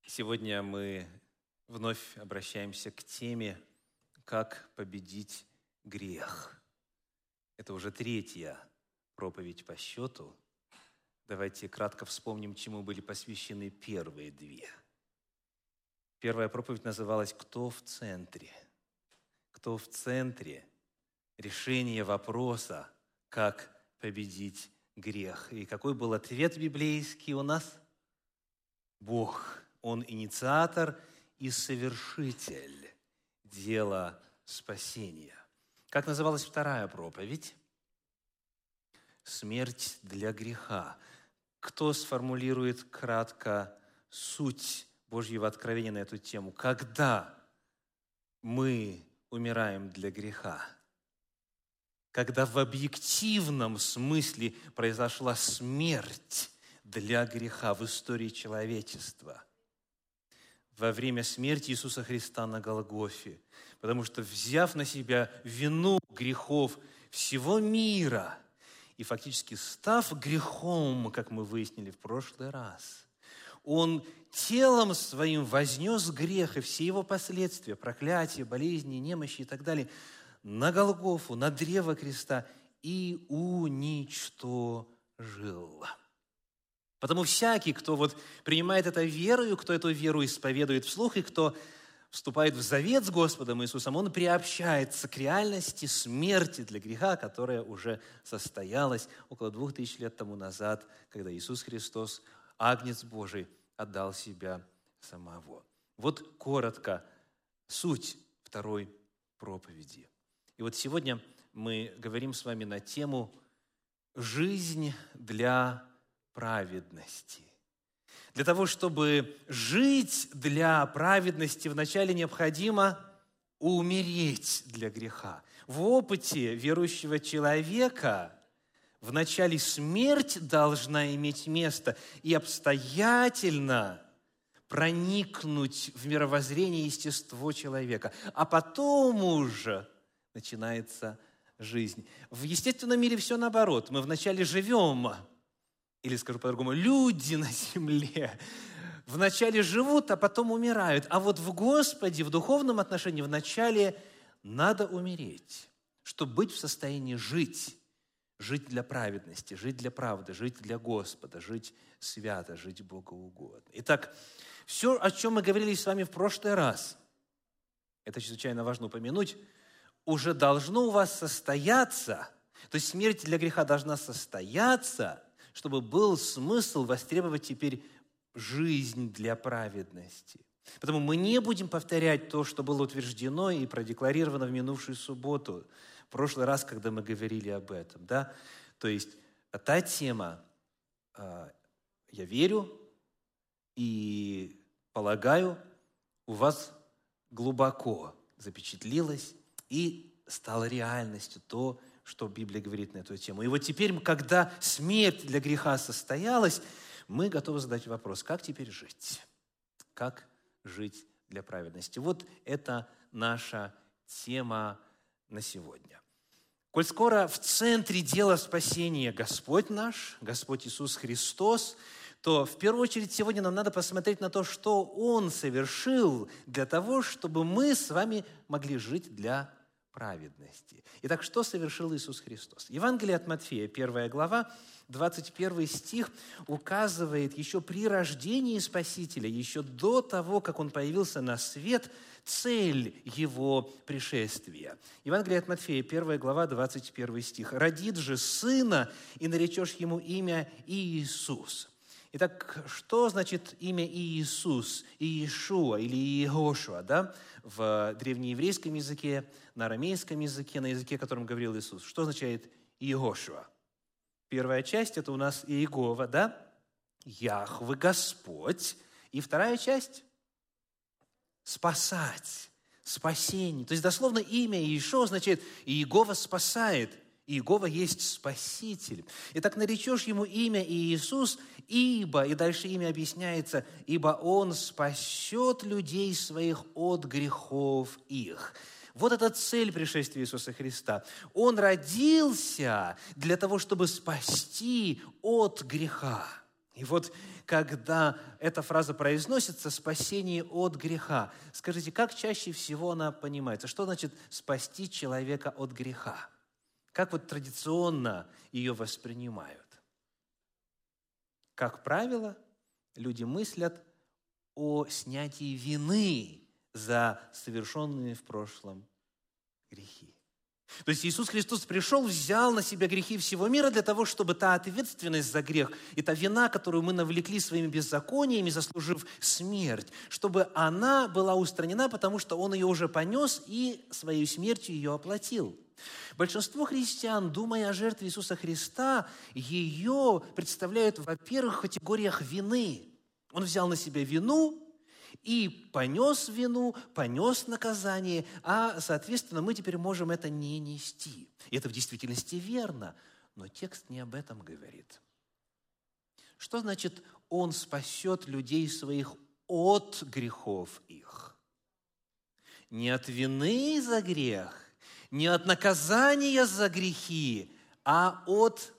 Сегодня мы вновь обращаемся к теме «Как победить грех». Это уже третья проповедь по счету. Давайте кратко вспомним, чему были посвящены первые две. Первая проповедь называлась «Кто в центре?». Кто в центре решения вопроса «Как победить грех?». И какой был ответ библейский у нас? Бог. Он инициатор и совершитель дела спасения. Как называлась вторая проповедь? Смерть для греха. Кто сформулирует кратко суть Божьего откровения на эту тему? Когда мы умираем для греха? Когда в объективном смысле произошла смерть для греха в истории человечества. Во время смерти Иисуса Христа на Голгофе. Потому что, взяв на себя вину грехов всего мира и фактически став грехом, как мы выяснили в прошлый раз, Он телом Своим вознес грех и все его последствия, проклятия, болезни, немощи и так далее, на Голгофу, на древо креста и уничтожил. Потому всякий, кто принимает это верою, кто эту веру исповедует вслух, и кто вступает в завет с Господом Иисусом, он приобщается к реальности смерти для греха, которая уже состоялась около 2000 лет тому назад, когда Иисус Христос, Агнец Божий, отдал себя самого. Вот коротко суть второй проповеди. И сегодня мы говорим с вами на тему «Жизнь для праведности». Для того, чтобы жить для праведности, вначале необходимо умереть для греха. В опыте верующего человека вначале смерть должна иметь место и обстоятельно проникнуть в мировоззрение и естество человека, а потом уже начинается жизнь. В естественном мире все наоборот. Мы вначале живем, или, скажу по-другому, люди на земле вначале живут, а потом умирают. А в Господе, в духовном отношении, вначале надо умереть, чтобы быть в состоянии жить. Жить для праведности, жить для правды, жить для Господа, жить свято, жить богоугодно. Итак, все, о чем мы говорили с вами в прошлый раз, это чрезвычайно важно упомянуть, уже должно у вас состояться, то есть смерть для греха должна состояться, чтобы был смысл востребовать теперь жизнь для праведности. Потому мы не будем повторять то, что было утверждено и продекларировано в минувшую субботу, в прошлый раз, когда мы говорили об этом. Да? То есть та тема, я верю и полагаю, у вас глубоко запечатлилось и стало реальностью то, что Библия говорит на эту тему. И теперь, когда смерть для греха состоялась, мы готовы задать вопрос, как теперь жить? Как жить для праведности? Это наша тема на сегодня. Коль скоро в центре дела спасения Господь наш, Господь Иисус Христос, то в первую очередь сегодня нам надо посмотреть на то, что Он совершил для того, чтобы мы с вами могли жить для праведности. Итак, что совершил Иисус Христос? Евангелие от Матфея, 1 глава, 21 стих указывает еще при рождении Спасителя, еще до того, как Он появился на свет, цель Его пришествия. Евангелие от Матфея, 1 глава, 21 стих. «Родит же сына, и наречешь ему имя Иисус». Итак, что значит имя Иисус, Иешуа или Иегошуа, да? В древнееврейском языке, на арамейском языке, на языке, которым говорил Иисус? Что означает Иегошуа? Первая часть – это у нас Иегова, да? Яхве, Господь. И вторая часть – спасать, спасение. То есть, дословно, имя Иешуа означает «Иегова спасает». Иегова есть Спаситель. Итак, наречешь ему имя Иисус, ибо, и дальше имя объясняется, ибо Он спасет людей своих от грехов их. Это цель пришествия Иисуса Христа. Он родился для того, чтобы спасти от греха. И вот, когда эта фраза произносится «спасение от греха», скажите, как чаще всего она понимается? Что значит «спасти человека от греха»? Как вот традиционно ее воспринимают? Как правило, люди мыслят о снятии вины за совершенные в прошлом грехи. То есть Иисус Христос пришел, взял на себя грехи всего мира для того, чтобы та ответственность за грех и та вина, которую мы навлекли своими беззакониями, заслужив смерть, чтобы она была устранена, потому что Он ее уже понес и своей смертью ее оплатил. Большинство христиан, думая о жертве Иисуса Христа, ее представляют, во-первых, в категориях вины. Он взял на себя вину и понес вину, понес наказание, а, соответственно, мы теперь можем это не нести. И это в действительности верно, но текст не об этом говорит. Что значит «Он спасет людей своих от грехов их»? Не от вины за грех, не от наказания за грехи, а от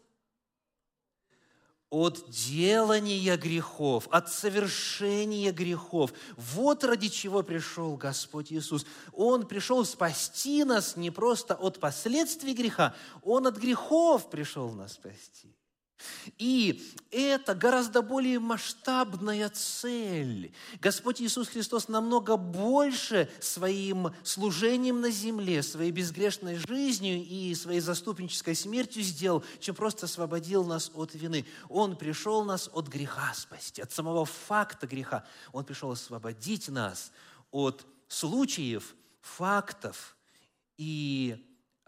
делания грехов, от совершения грехов. Вот ради чего пришел Господь Иисус. Он пришел спасти нас не просто от последствий греха, Он от грехов пришел нас спасти. И это гораздо более масштабная цель. Господь Иисус Христос намного больше своим служением на земле, своей безгрешной жизнью и своей заступнической смертью сделал, чем просто освободил нас от вины. Он пришел нас от греха спасти, от самого факта греха. Он пришел освободить нас от случаев, фактов и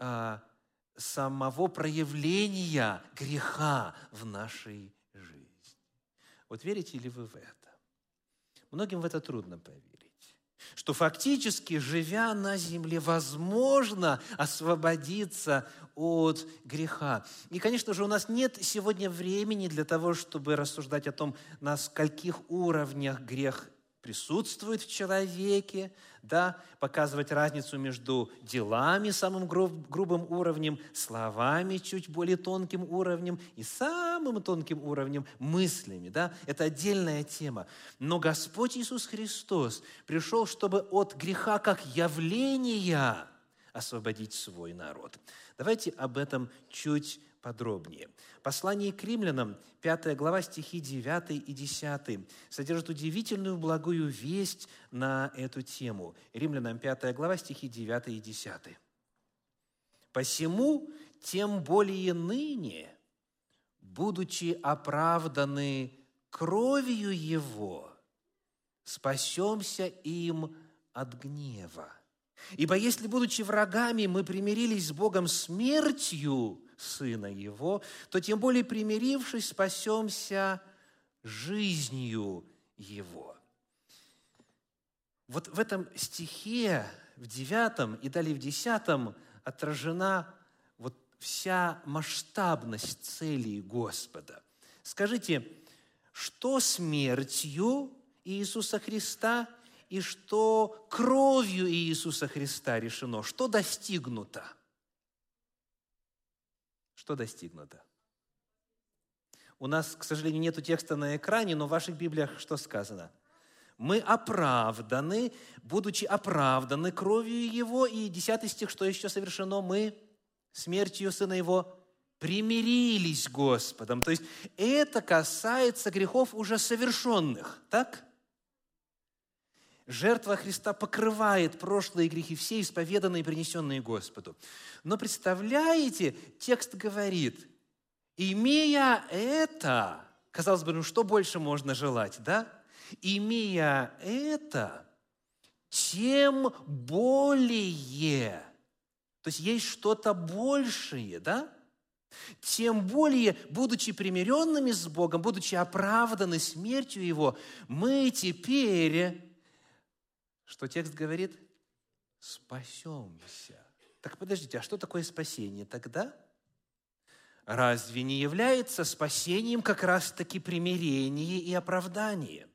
самого проявления греха в нашей жизни. Вот верите ли вы в это? Многим в это трудно поверить, что фактически, живя на земле, возможно освободиться от греха. И, конечно же, у нас нет сегодня времени для того, чтобы рассуждать о том, на скольких уровнях грех присутствует в человеке, да, показывать разницу между делами самым грубым уровнем, словами чуть более тонким уровнем и самым тонким уровнем мыслями. Да? Это отдельная тема. Но Господь Иисус Христос пришел, чтобы от греха как явления освободить свой народ. Давайте об этом чуть подробнее. Послание к римлянам, 5 глава, стихи 9 и 10, содержит удивительную благую весть на эту тему. Римлянам 5 глава, стихи 9 и 10. «Посему, тем более ныне, будучи оправданы кровью Его, спасемся им от гнева. Ибо если, будучи врагами, мы примирились с Богом смертью Сына Его, то тем более примирившись, спасемся жизнью Его». Вот в этом стихе, в 9 и далее в 10 отражена вот вся масштабность целей Господа. Скажите, что смертью Иисуса Христа и что кровью Иисуса Христа решено? Что достигнуто? Что достигнуто? У нас, к сожалению, нет текста на экране, но в ваших Библиях что сказано? Мы оправданы, будучи оправданы кровью Его. И 10 стих, что еще совершено? Мы смертью Сына Его примирились с Господом. То есть это касается грехов уже совершенных, так? Жертва Христа покрывает прошлые грехи, все исповеданные и принесенные Господу. Но представляете, текст говорит, имея это, казалось бы, ну что больше можно желать, да? Имея это, тем более, то есть есть что-то большее, да? Тем более, будучи примиренными с Богом, будучи оправданы смертью Его, мы теперь... Что текст говорит? Спасемся. Так подождите, а что такое спасение тогда? Разве не является спасением как раз-таки примирение и оправдание?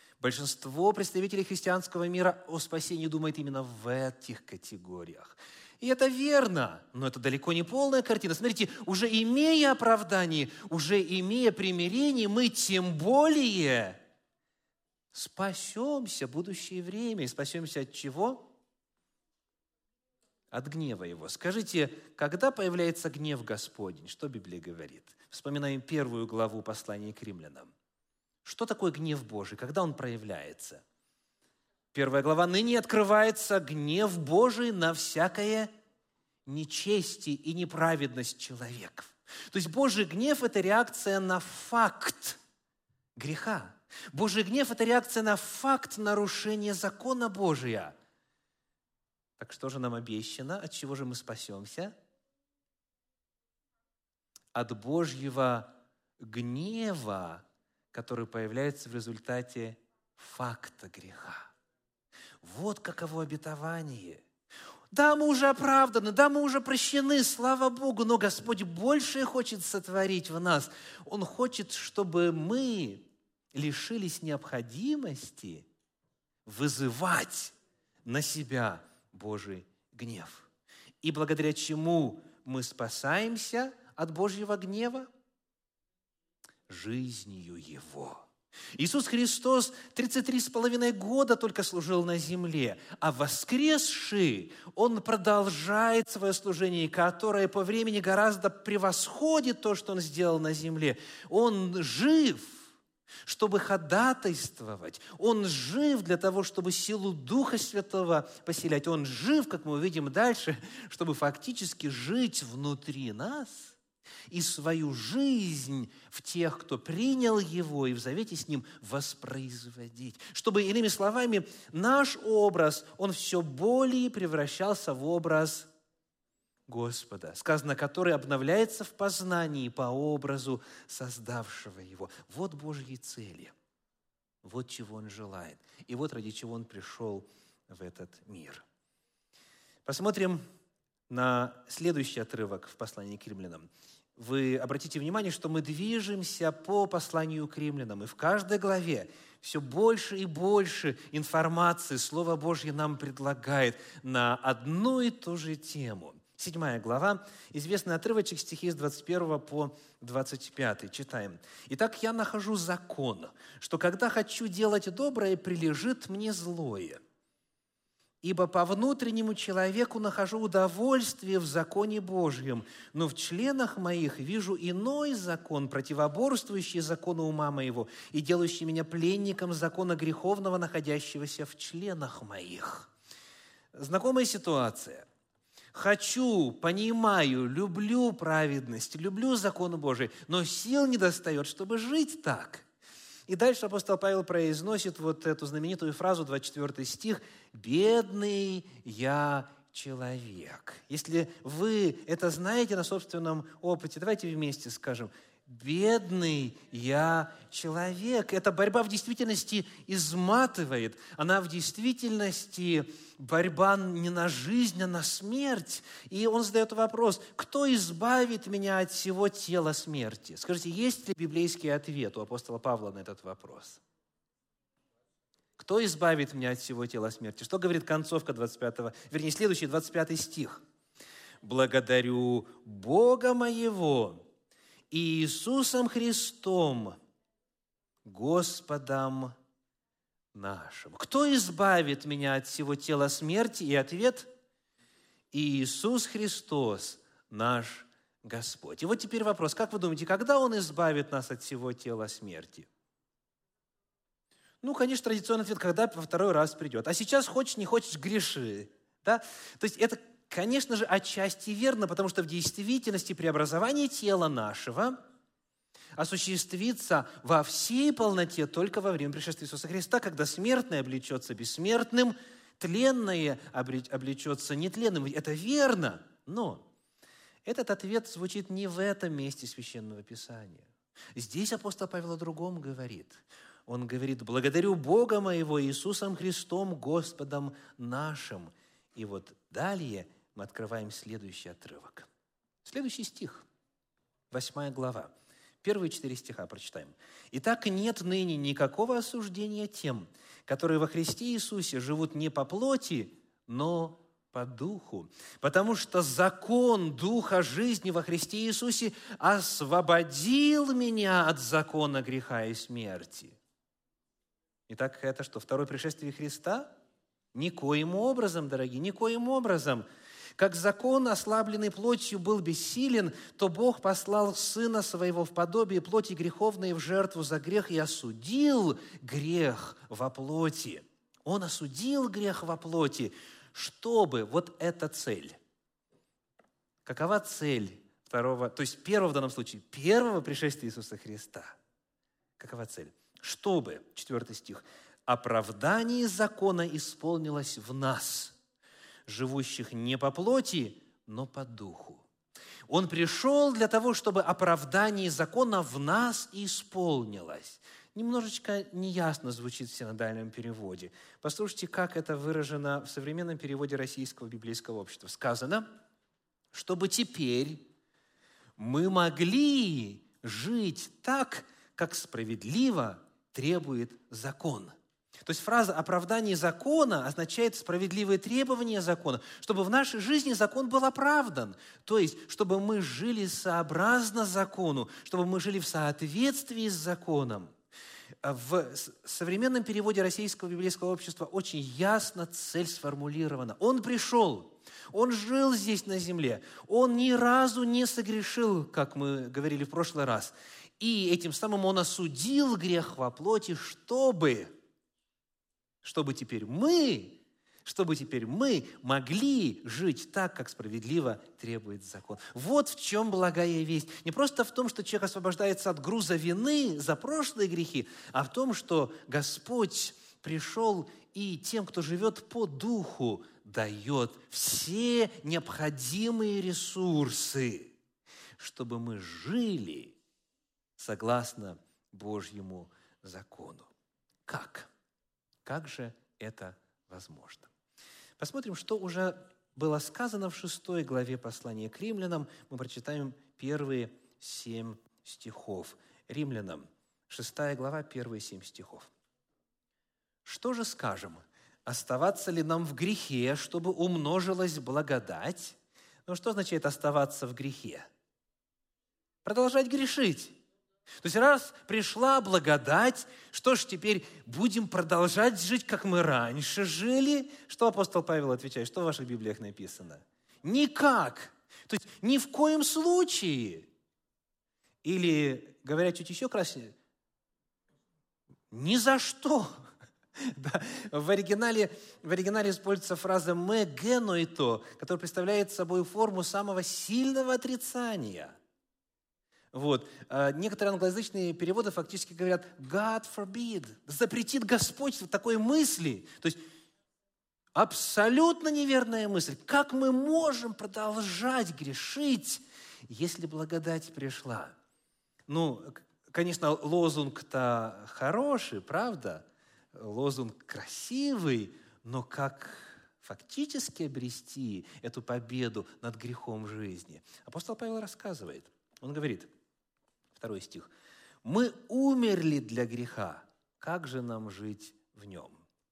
Большинство представителей христианского мира о спасении думает именно в этих категориях. И это верно, но это далеко не полная картина. Смотрите, уже имея оправдание, уже имея примирение, мы тем более спасемся в будущее время. И спасемся от чего? От гнева Его. Скажите, когда появляется гнев Господень? Что Библия говорит? Вспоминаем 1 главу послания к римлянам. Что такое гнев Божий? Когда он проявляется? 1 глава. «Ныне открывается гнев Божий на всякое нечестие и неправедность человеков». То есть Божий гнев – это реакция на факт греха. Божий гнев – это реакция на факт нарушения закона Божия. Так что же нам обещано? От чего же мы спасемся? От Божьего гнева, который появляется в результате факта греха. Вот каково обетование. Да, мы уже оправданы, да, мы уже прощены, слава Богу, но Господь большее хочет сотворить в нас. Он хочет, чтобы мы лишились необходимости вызывать на себя Божий гнев. И благодаря чему мы спасаемся от Божьего гнева? Жизнью Его. Иисус Христос 33,5 года только служил на земле, а воскресший, Он продолжает свое служение, которое по времени гораздо превосходит то, что Он сделал на земле. Он жив, чтобы ходатайствовать. Он жив для того, чтобы силу Духа Святого поселять. Он жив, как мы увидим дальше, чтобы фактически жить внутри нас и свою жизнь в тех, кто принял Его и в завете с Ним воспроизводить. Чтобы, иными словами, наш образ, он все более превращался в образ Господа, сказано, который обновляется в познании по образу создавшего Его. Вот Божьи цели, вот чего Он желает, и вот ради чего Он пришел в этот мир. Посмотрим на следующий отрывок в послании к римлянам. Вы обратите внимание, что мы движемся по посланию к римлянам, и в каждой главе все больше и больше информации Слово Божье нам предлагает на одну и ту же тему. 7 глава, известный отрывочек, стихи с 21 по 25. Читаем. «Итак, я нахожу закон, что когда хочу делать доброе, прилежит мне злое. Ибо по внутреннему человеку нахожу удовольствие в законе Божьем, но в членах моих вижу иной закон, противоборствующий закону ума моего и делающий меня пленником закона греховного, находящегося в членах моих». Знакомая ситуация. Хочу, понимаю, люблю праведность, люблю закон Божий, но сил не достает, чтобы жить так. И дальше апостол Павел произносит вот эту знаменитую фразу, 24 стих, «Бедный я человек». Если вы это знаете на собственном опыте, давайте вместе скажем, «Бедный я человек». Эта борьба в действительности изматывает. Она в действительности борьба не на жизнь, а на смерть. И он задает вопрос, кто избавит меня от всего тела смерти? Скажите, есть ли библейский ответ у апостола Павла на этот вопрос? Кто избавит меня от всего тела смерти? Что говорит концовка следующий 25 стих. «Благодарю Бога моего и Иисусом Христом, Господом нашим». Кто избавит меня от всего тела смерти? И ответ – Иисус Христос, наш Господь. И вот теперь вопрос, как вы думаете, когда Он избавит нас от всего тела смерти? Ну, конечно, традиционный ответ, когда во второй раз придет. А сейчас хочешь, не хочешь, греши. Да? То есть это, конечно же, отчасти верно, потому что в действительности преобразование тела нашего осуществится во всей полноте только во время пришествия Иисуса Христа, когда смертное облечется бессмертным, тленное облечется нетленным. Это верно, но этот ответ звучит не в этом месте Священного Писания. Здесь апостол Павел о другом говорит. Он говорит, благодарю Бога моего Иисусом Христом, Господом нашим. И вот далее мы открываем следующий отрывок. Следующий стих, 8 глава. Первые 4 стиха прочитаем. «Итак, нет ныне никакого осуждения тем, которые во Христе Иисусе живут не по плоти, но по духу, потому что закон Духа жизни во Христе Иисусе освободил меня от закона греха и смерти». Итак, это что, второе пришествие Христа? Никоим образом, дорогие, никоим образом. Как закон, ослабленный плотью, был бессилен, то Бог послал Сына Своего в подобие плоти греховной в жертву за грех и осудил грех во плоти. Он осудил грех во плоти, чтобы, вот эта цель. Какова цель второго, то есть первого в данном случае, первого пришествия Иисуса Христа? Какова цель? Чтобы, 4 стих, оправдание закона исполнилось в нас, живущих не по плоти, но по духу. Он пришел для того, чтобы оправдание закона в нас исполнилось. Немножечко неясно звучит в синодальном переводе. Послушайте, как это выражено в современном переводе Российского библейского общества. Сказано, чтобы теперь мы могли жить так, как справедливо требует закон. То есть фраза «оправдание закона» означает справедливые требования закона, чтобы в нашей жизни закон был оправдан. То есть, чтобы мы жили сообразно закону, чтобы мы жили в соответствии с законом. В современном переводе Российского библейского общества очень ясно цель сформулирована. Он пришел, он жил здесь на земле, он ни разу не согрешил, как мы говорили в прошлый раз. И этим самым он осудил грех во плоти, чтобы теперь мы могли жить так, как справедливо требует закон. Вот в чем благая весть. Не просто в том, что человек освобождается от груза вины за прошлые грехи, а в том, что Господь пришел и тем, кто живет по духу, дает все необходимые ресурсы, чтобы мы жили согласно Божьему закону. Как? Как же это возможно? Посмотрим, что уже было сказано в 6 главе послания к римлянам. Мы прочитаем первые 7 стихов. Римлянам, 6 глава, первые 7 стихов. «Что же скажем? Оставаться ли нам в грехе, чтобы умножилась благодать?» Ну, что означает оставаться в грехе? Продолжать грешить. То есть, раз пришла благодать, что ж теперь будем продолжать жить, как мы раньше жили? Что апостол Павел отвечает? Что в ваших Библиях написано? Никак. То есть, ни в коем случае. Или, говоря чуть еще краснее, ни за что. Да. В оригинале используется фраза «ме геноито», которая представляет собой форму самого сильного отрицания. Вот. Некоторые англоязычные переводы фактически говорят «God forbid», запретит Господь такой мысли. То есть абсолютно неверная мысль. Как мы можем продолжать грешить, если благодать пришла? Ну, конечно, лозунг-то хороший, правда? Лозунг красивый, но как фактически обрести эту победу над грехом в жизни? Апостол Павел рассказывает. Он говорит, 2 стих, «Мы умерли для греха, как же нам жить в нем?»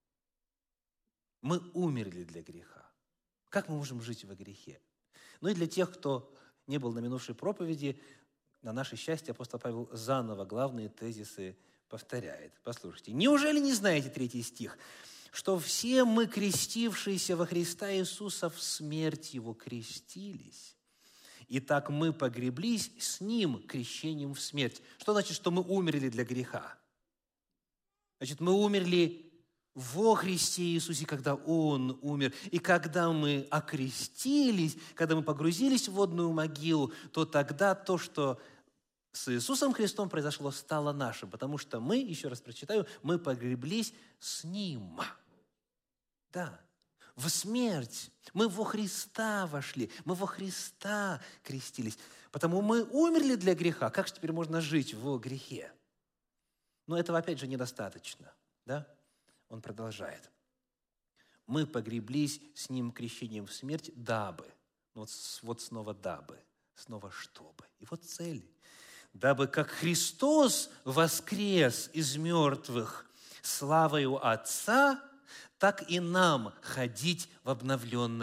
Мы умерли для греха. Как мы можем жить во грехе? Ну и для тех, кто не был на минувшей проповеди, на наше счастье апостол Павел заново главные тезисы повторяет. Послушайте. «Неужели не знаете, 3 стих, что все мы, крестившиеся во Христа Иисуса, в смерть Его крестились? Итак, мы погреблись с Ним крещением в смерть». Что значит, что мы умерли для греха? Значит, мы умерли во Христе Иисусе, когда Он умер. И когда мы окрестились, когда мы погрузились в водную могилу, то тогда то, что с Иисусом Христом произошло, стало нашим. Потому что мы, еще раз прочитаю, мы погреблись с Ним. Да. В смерть. Мы во Христа вошли, мы во Христа крестились. Потому мы умерли для греха. Как же теперь можно жить во грехе? Но этого, опять же, недостаточно. Да? Он продолжает. Мы погреблись с Ним крещением в смерть, дабы. Вот снова дабы. Снова чтобы. И вот цель. Дабы как Христос воскрес из мертвых славою Отца, так и нам ходить в обновленной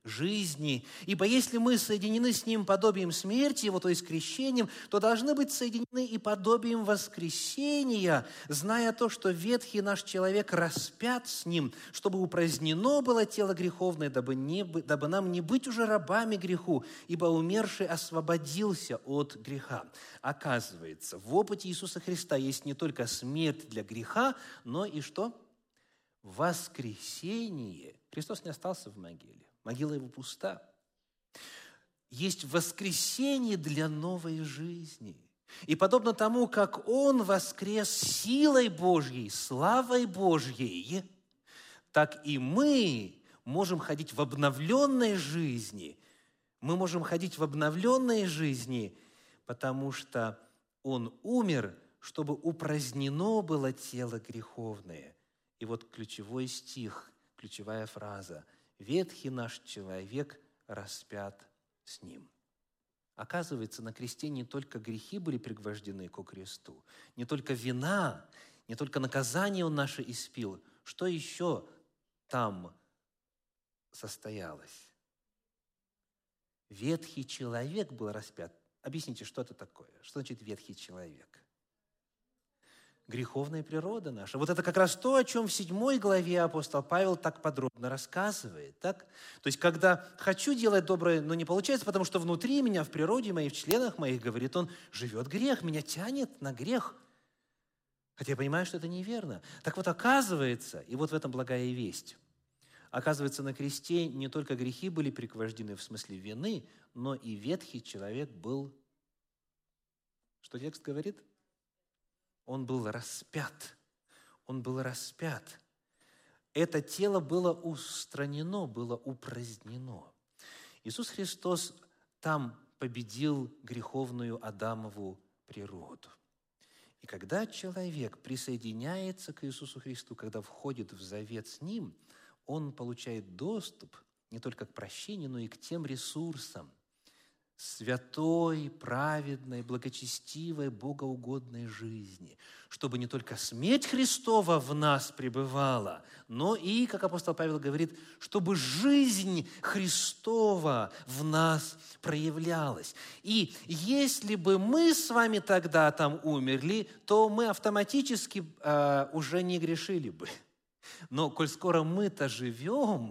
жизни. Ибо если мы соединены с Ним подобием смерти Его, то есть крещением, то должны быть соединены и подобием воскресения, зная то, что ветхий наш человек распят с Ним, чтобы упразднено было тело греховное, дабы нам не быть уже рабами греху, ибо умерший освободился от греха. Оказывается, в опыте Иисуса Христа есть не только смерть для греха, но и что? Воскресение. Христос не остался в могиле. Могила его пуста. Есть воскресение для новой жизни. И подобно тому, как Он воскрес силой Божьей, славой Божьей, так и мы можем ходить в обновленной жизни. Мы можем ходить в обновленной жизни, потому что Он умер, чтобы упразднено было тело греховное. И вот ключевой стих, ключевая фраза: «Ветхий наш человек распят с Ним». Оказывается, на кресте не только грехи были пригвождены ко кресту, не только вина, не только наказание Он наше испил. Что еще там состоялось? Ветхий человек был распят. Объясните, что это такое? Что значит ветхий человек? Греховная природа наша. Вот это как раз то, о чем в 7 главе апостол Павел так подробно рассказывает. Так? То есть, когда хочу делать доброе, но не получается, потому что внутри меня, в природе моей, в членах моих, говорит он, живет грех, меня тянет на грех. Хотя я понимаю, что это неверно. Так вот, оказывается, и вот в этом благая весть, оказывается, на кресте не только грехи были пригвождены в смысле вины, но и ветхий человек был, что текст говорит? Он был распят. Он был распят. Это тело было устранено, было упразднено. Иисус Христос там победил греховную Адамову природу. И когда человек присоединяется к Иисусу Христу, когда входит в завет с Ним, он получает доступ не только к прощению, но и к тем ресурсам святой, праведной, благочестивой, богоугодной жизни, чтобы не только смерть Христова в нас пребывала, но и, как апостол Павел говорит, чтобы жизнь Христова в нас проявлялась. И если бы мы с вами тогда там умерли, то мы автоматически уже не грешили бы. Но коль скоро мы-то живем,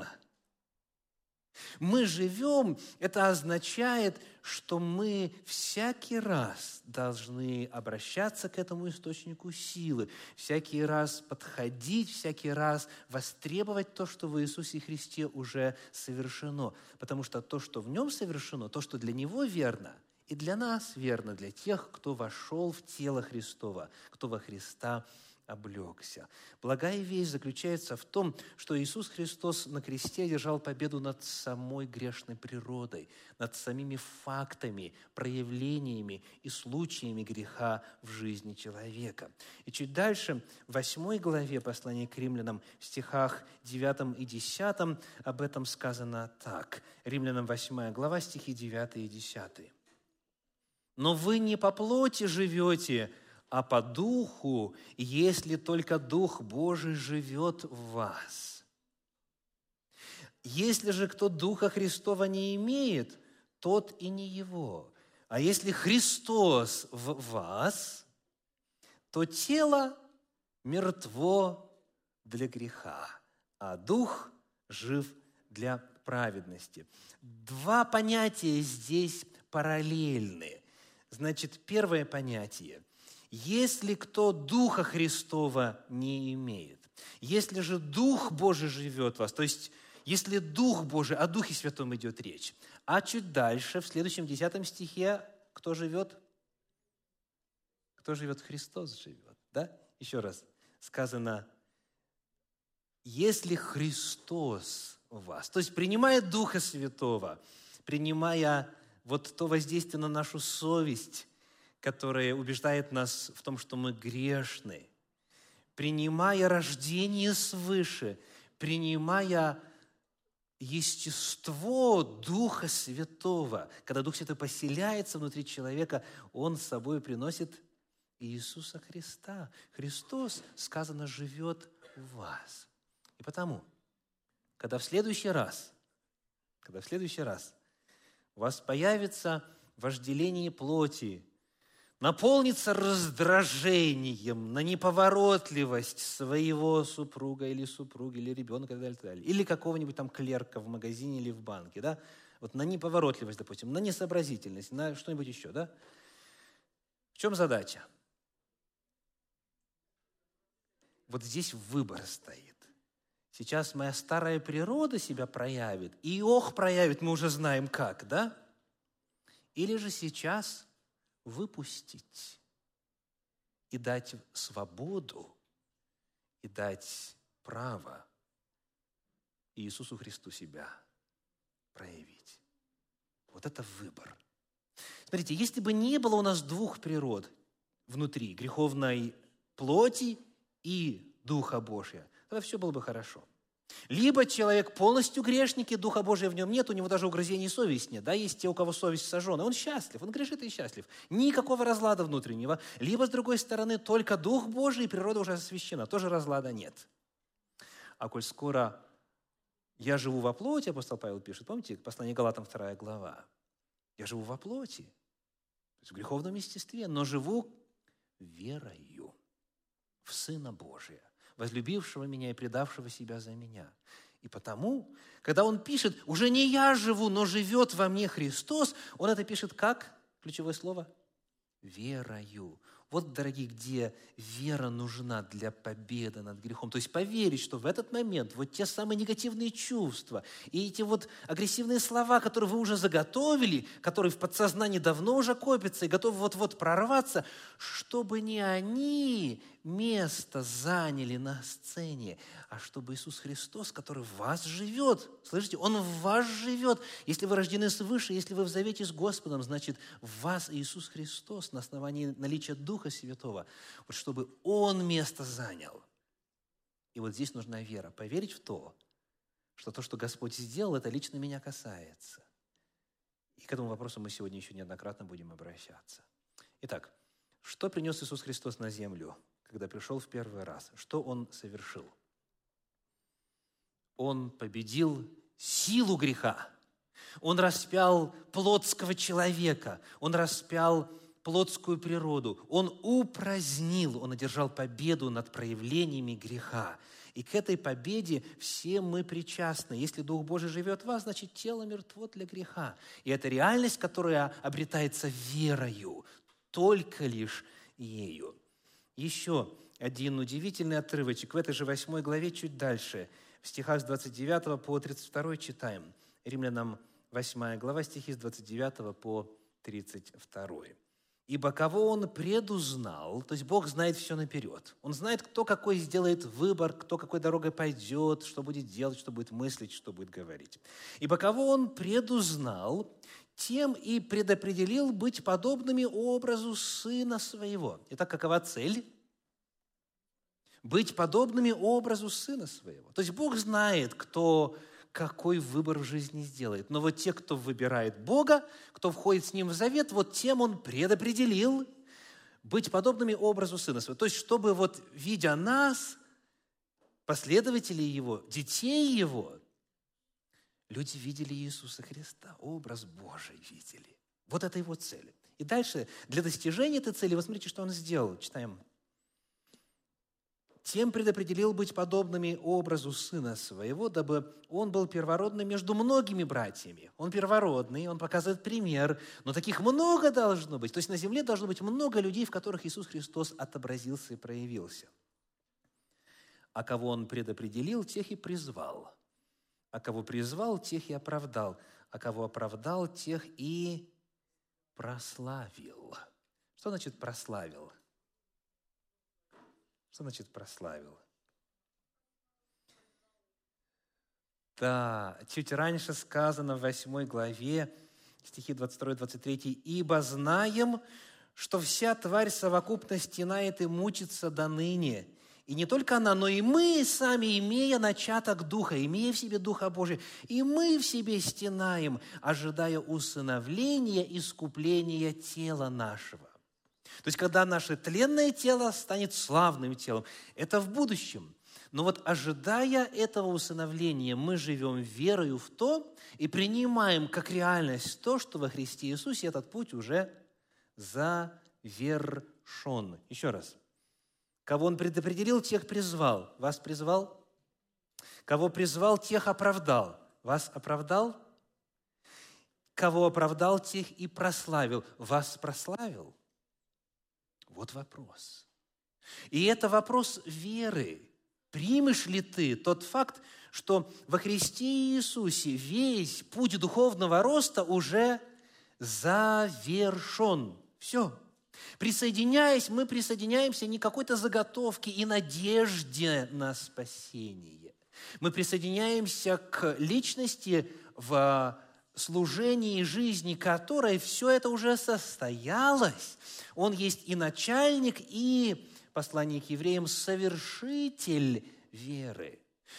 это означает, что мы всякий раз должны обращаться к этому источнику силы, всякий раз подходить, всякий раз востребовать то, что в Иисусе Христе уже совершено. Потому что то, что в Нем совершено, то, что для Него верно, и для нас верно, для тех, кто вошел в тело Христова, кто во Христа облегся. Благая весть заключается в том, что Иисус Христос на кресте одержал победу над самой грешной природой, над самими фактами, проявлениями и случаями греха в жизни человека. И чуть дальше, в 8 главе послания к Римлянам, в стихах 9 и 10 об этом сказано так. Римлянам 8 глава, стихи 9 и 10. «Но вы не по плоти живете, а по Духу, если только Дух Божий живет в вас. Если же кто Духа Христова не имеет, тот и не его. А если Христос в вас, то тело мертво для греха, а Дух жив для праведности». Два понятия здесь параллельны. Значит, первое понятие – если кто Духа Христова не имеет, если же Дух Божий живет в вас, то есть если Дух Божий, о Духе Святом идет речь, а чуть дальше, в следующем 10 стихе, кто живет? Кто живет? Христос живет, да? Еще раз, сказано, если Христос в вас, то есть принимая Духа Святого, принимая вот то воздействие на нашу совесть, которое убеждает нас в том, что мы грешны, принимая рождение свыше, принимая естество Духа Святого, когда Дух Святой поселяется внутри человека, Он с собой приносит Иисуса Христа. Христос, сказано, живет в вас. И потому, когда в следующий раз когда в следующий раз у вас появится вожделение плоти, наполнится раздражением на неповоротливость своего супруга или супруги, или ребенка и так далее, или какого-нибудь там клерка в магазине или в банке, да? Вот на неповоротливость, допустим, на несообразительность, на что-нибудь еще, да? В чем задача? Вот здесь выбор стоит. Сейчас моя старая природа себя проявит, и проявит, мы уже знаем как, да? Или же сейчас выпустить и дать свободу, и дать право Иисусу Христу себя проявить. Вот это выбор. Смотрите, если бы не было у нас двух природ внутри, греховной плоти и Духа Божия, тогда все было бы хорошо. Либо человек полностью грешник, и Духа Божия в нем нет, у него даже угрызений совести нет. Да, есть те, у кого совесть сожжена. Он счастлив, он грешит и счастлив. Никакого разлада внутреннего. Либо, с другой стороны, только Дух Божий, и природа уже освящена. Тоже разлада нет. А коль скоро я живу во плоти, апостол Павел пишет, помните, послание Галатам 2 глава. Я живу во плоти, то есть в греховном естестве, но живу верою в Сына Божия, возлюбившего меня и предавшего себя за меня. И потому, когда он пишет, уже не я живу, но живет во мне Христос, он это пишет как? Ключевое слово? Верою. Вот, дорогие, где вера нужна для победы над грехом. То есть поверить, что в этот момент вот те самые негативные чувства и эти вот агрессивные слова, которые вы уже заготовили, которые в подсознании давно уже копятся и готовы вот-вот прорваться, чтобы не они место заняли на сцене, а чтобы Иисус Христос, который в вас живет, слышите, Он в вас живет. Если вы рождены свыше, если вы в завете с Господом, значит, в вас Иисус Христос на основании наличия Духа Святого, вот чтобы Он место занял. И вот здесь нужна вера, поверить в то, что Господь сделал, это лично меня касается. И к этому вопросу мы сегодня еще неоднократно будем обращаться. Итак, что принес Иисус Христос на землю, когда пришел в первый раз? Что Он совершил? Он победил силу греха. Он распял плотского человека. Он распял плотскую природу. Он упразднил, Он одержал победу над проявлениями греха. И к этой победе все мы причастны. Если Дух Божий живет в вас, значит, тело мертво для греха. И это реальность, которая обретается верою, только лишь ею. Еще один удивительный отрывочек в этой же 8 главе, чуть дальше, в стихах с 29 по 32 читаем. Римлянам 8 глава, стихи с 29 по 32. «Ибо кого Он предузнал», то есть Бог знает все наперед. Он знает, кто какой сделает выбор, кто какой дорогой пойдет, что будет делать, что будет мыслить, что будет говорить. «Ибо кого Он предузнал, тем и предопределил быть подобными образу Сына Своего». Итак, какова цель? Быть подобными образу Сына Своего. То есть Бог знает, кто какой выбор в жизни сделает. Но вот те, кто выбирает Бога, кто входит с Ним в завет, вот тем Он предопределил быть подобными образу Сына Своего. То есть, чтобы вот, видя нас, последователей Его, детей Его, люди видели Иисуса Христа, образ Божий видели. Вот это Его цель. И дальше, для достижения этой цели, вот смотрите, что Он сделал. Читаем. «Тем предопределил быть подобными образу Сына Своего, дабы Он был первородным между многими братьями». Он первородный, Он показывает пример, но таких много должно быть. То есть на земле должно быть много людей, в которых Иисус Христос отобразился и проявился. «А кого Он предопределил, тех и призвал. А кого призвал, тех и оправдал. А кого оправдал, тех и прославил». Что значит «прославил»? Что значит «прославил»? Да, чуть раньше сказано в 8 главе, стихи 22-23, «Ибо знаем, что вся тварь совокупно стенает и мучится до ныне. И не только она, но и мы сами, имея начаток Духа, имея в себе Духа Божия, и мы в себе стенаем, ожидая усыновления, искупления тела нашего». То есть, когда наше тленное тело станет славным телом, это в будущем. Но вот ожидая этого усыновления, мы живем верою в то и принимаем как реальность то, что во Христе Иисусе этот путь уже завершен. Еще раз. Кого Он предопределил, тех призвал. Вас призвал? Кого призвал, тех оправдал. Вас оправдал? Кого оправдал, тех и прославил. Вас прославил? Вот вопрос. И это вопрос веры. Примешь ли ты тот факт, что во Христе Иисусе весь путь духовного роста уже завершен? Все. Присоединяясь, мы присоединяемся не к какой-то заготовке и надежде на спасение. Мы присоединяемся к личности в служении жизни, которой все это уже состоялось. Он есть и начальник, и, послание к евреям, совершитель веры.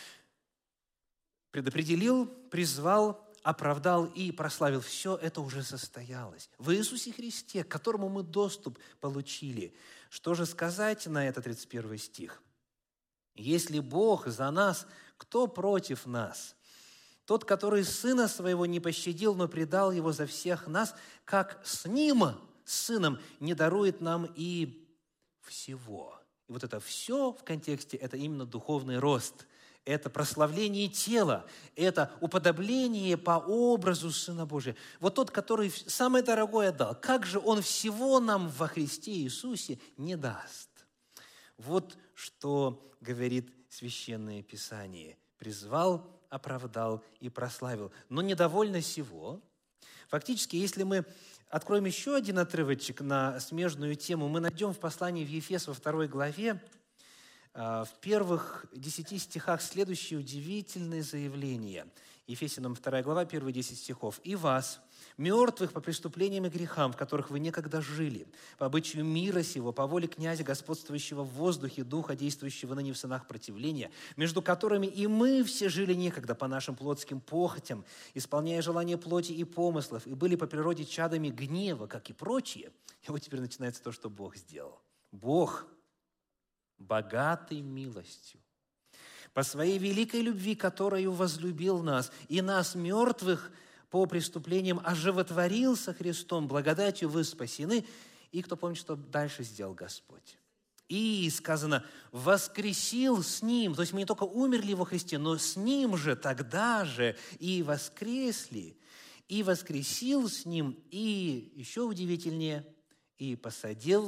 Предопределил, призвал, оправдал и прославил. Все это уже состоялось. В Иисусе Христе, к которому мы доступ получили. Что же сказать на это 31 стих? «Если Бог за нас, кто против нас? Тот, который Сына Своего не пощадил, но предал Его за всех нас, как с Ним, с Сыном, не дарует нам и всего». И вот это «все» в контексте – это именно духовный рост. Это прославление тела, это уподобление по образу Сына Божия. Вот тот, который самое дорогое дал, как же Он всего нам во Христе Иисусе не даст? Вот что говорит Священное Писание. «Призвал, оправдал и прославил». Но недовольно сего. Фактически, если мы откроем еще один отрывочек на смежную тему, мы найдем в послании в Ефес во 2 главе, в первых 10 стихах следующее удивительное заявление. Ефесянам 2 глава, первые 10 стихов. «И вас, мертвых по преступлениям и грехам, в которых вы некогда жили, по обычаю мира сего, по воле князя, господствующего в воздухе, духа, действующего ныне в сынах противления, между которыми и мы все жили некогда по нашим плотским похотям, исполняя желания плоти и помыслов, и были по природе чадами гнева, как и прочие». И вот теперь начинается то, что Бог сделал. Бог, богатый милостью, по своей великой любви, которою возлюбил нас, и нас, мертвых по преступлениям, оживотворил со Христом, благодатью вы спасены. И кто помнит, что дальше сделал Господь? И, сказано, воскресил с Ним, то есть мы не только умерли во Христе, но с Ним же, тогда же и воскресли, и воскресил с Ним, и, еще удивительнее, и посадил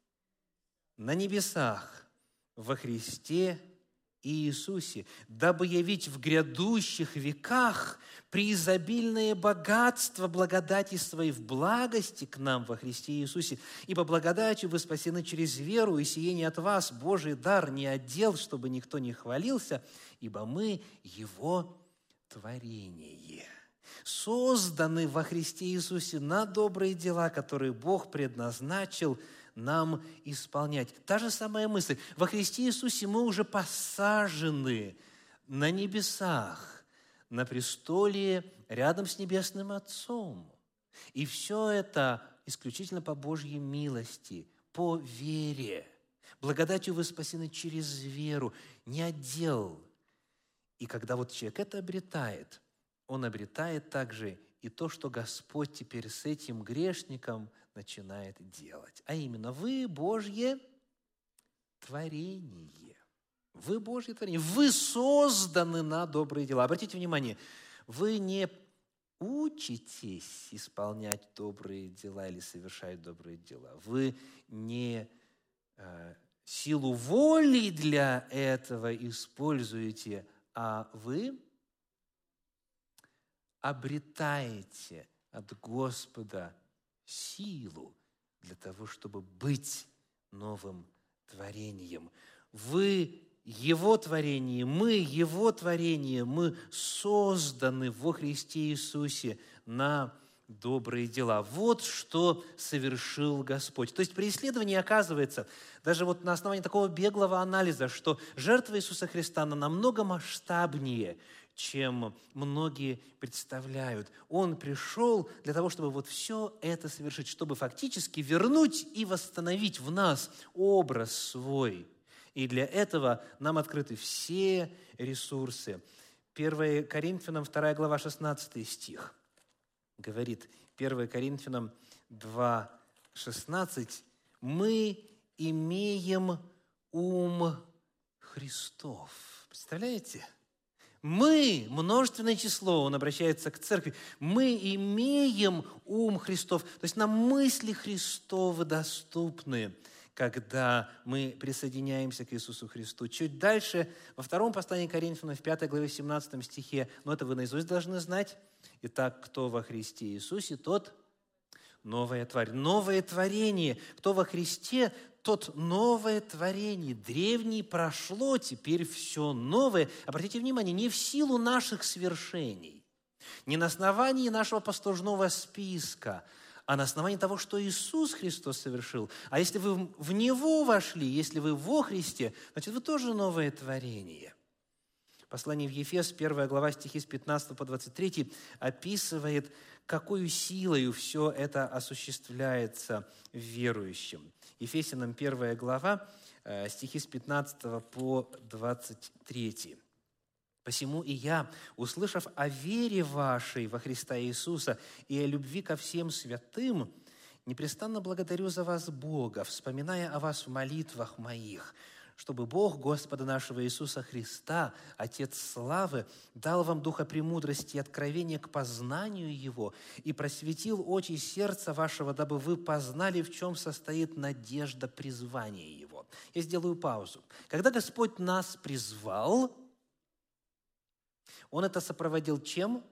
на небесах во Христе Иисусе, дабы явить в грядущих веках преизобильное богатство благодати Своей в благости к нам во Христе Иисусе. Ибо благодатью вы спасены через веру, и сие не от вас, Божий дар, не отдел, чтобы никто не хвалился, ибо мы Его творение, созданы во Христе Иисусе на добрые дела, которые Бог предназначил нам исполнять. Та же самая мысль. Во Христе Иисусе мы уже посажены на небесах, на престоле рядом с Небесным Отцом. И все это исключительно по Божьей милости, по вере. Благодатью вы спасены через веру, не отдел. И когда вот человек это обретает, он обретает также и то, что Господь теперь с этим грешником начинает делать. А именно, вы Божье творение. Вы Божье творение. Вы созданы на добрые дела. Обратите внимание, вы не учитесь исполнять добрые дела или совершать добрые дела. Вы не силу воли для этого используете, а вы обретаете от Господа силу для того, чтобы быть новым творением. Вы Его творение, мы Его творение, мы созданы во Христе Иисусе на добрые дела. Вот что совершил Господь. То есть при исследовании оказывается, даже вот на основании такого беглого анализа, что жертва Иисуса Христа, она намного масштабнее, чем многие представляют. Он пришел для того, чтобы вот все это совершить, чтобы фактически вернуть и восстановить в нас образ свой, И для этого нам открыты все ресурсы. 1 Коринфянам 2 глава 16 стих говорит, 1 Коринфянам 2, 16, «Мы имеем ум Христов». Представляете? Мы, множественное число, он обращается к церкви, мы имеем ум Христов, то есть нам мысли Христовы доступны, когда мы присоединяемся к Иисусу Христу. Чуть дальше, во втором послании Коринфянам, в 5 главе 17 стихе, но это вы наизусть должны знать. «Итак, кто во Христе Иисусе, тот новая тварь». Новое творение. Кто во Христе, тот новое творение. Древнее прошло, теперь все новое. Обратите внимание, не в силу наших свершений, не на основании нашего послужного списка, а на основании того, что Иисус Христос совершил. А если вы в Него вошли, если вы во Христе, значит, вы тоже новое творение. Послание в Ефес, 1 глава, стихи с 15 по 23, описывает, какой силою все это осуществляется в верующем. Ефесянам 1 глава, стихи с 15 по 23. «Посему и я, услышав о вере вашей во Христа Иисуса и о любви ко всем святым, непрестанно благодарю за вас Бога, вспоминая о вас в молитвах моих, чтобы Бог Господа нашего Иисуса Христа, Отец славы, дал вам духа премудрости и откровения к познанию Его и просветил очи сердца вашего, дабы вы познали, в чем состоит надежда призвания Его». Я сделаю паузу. Когда Господь нас призвал, Он это сопроводил чем?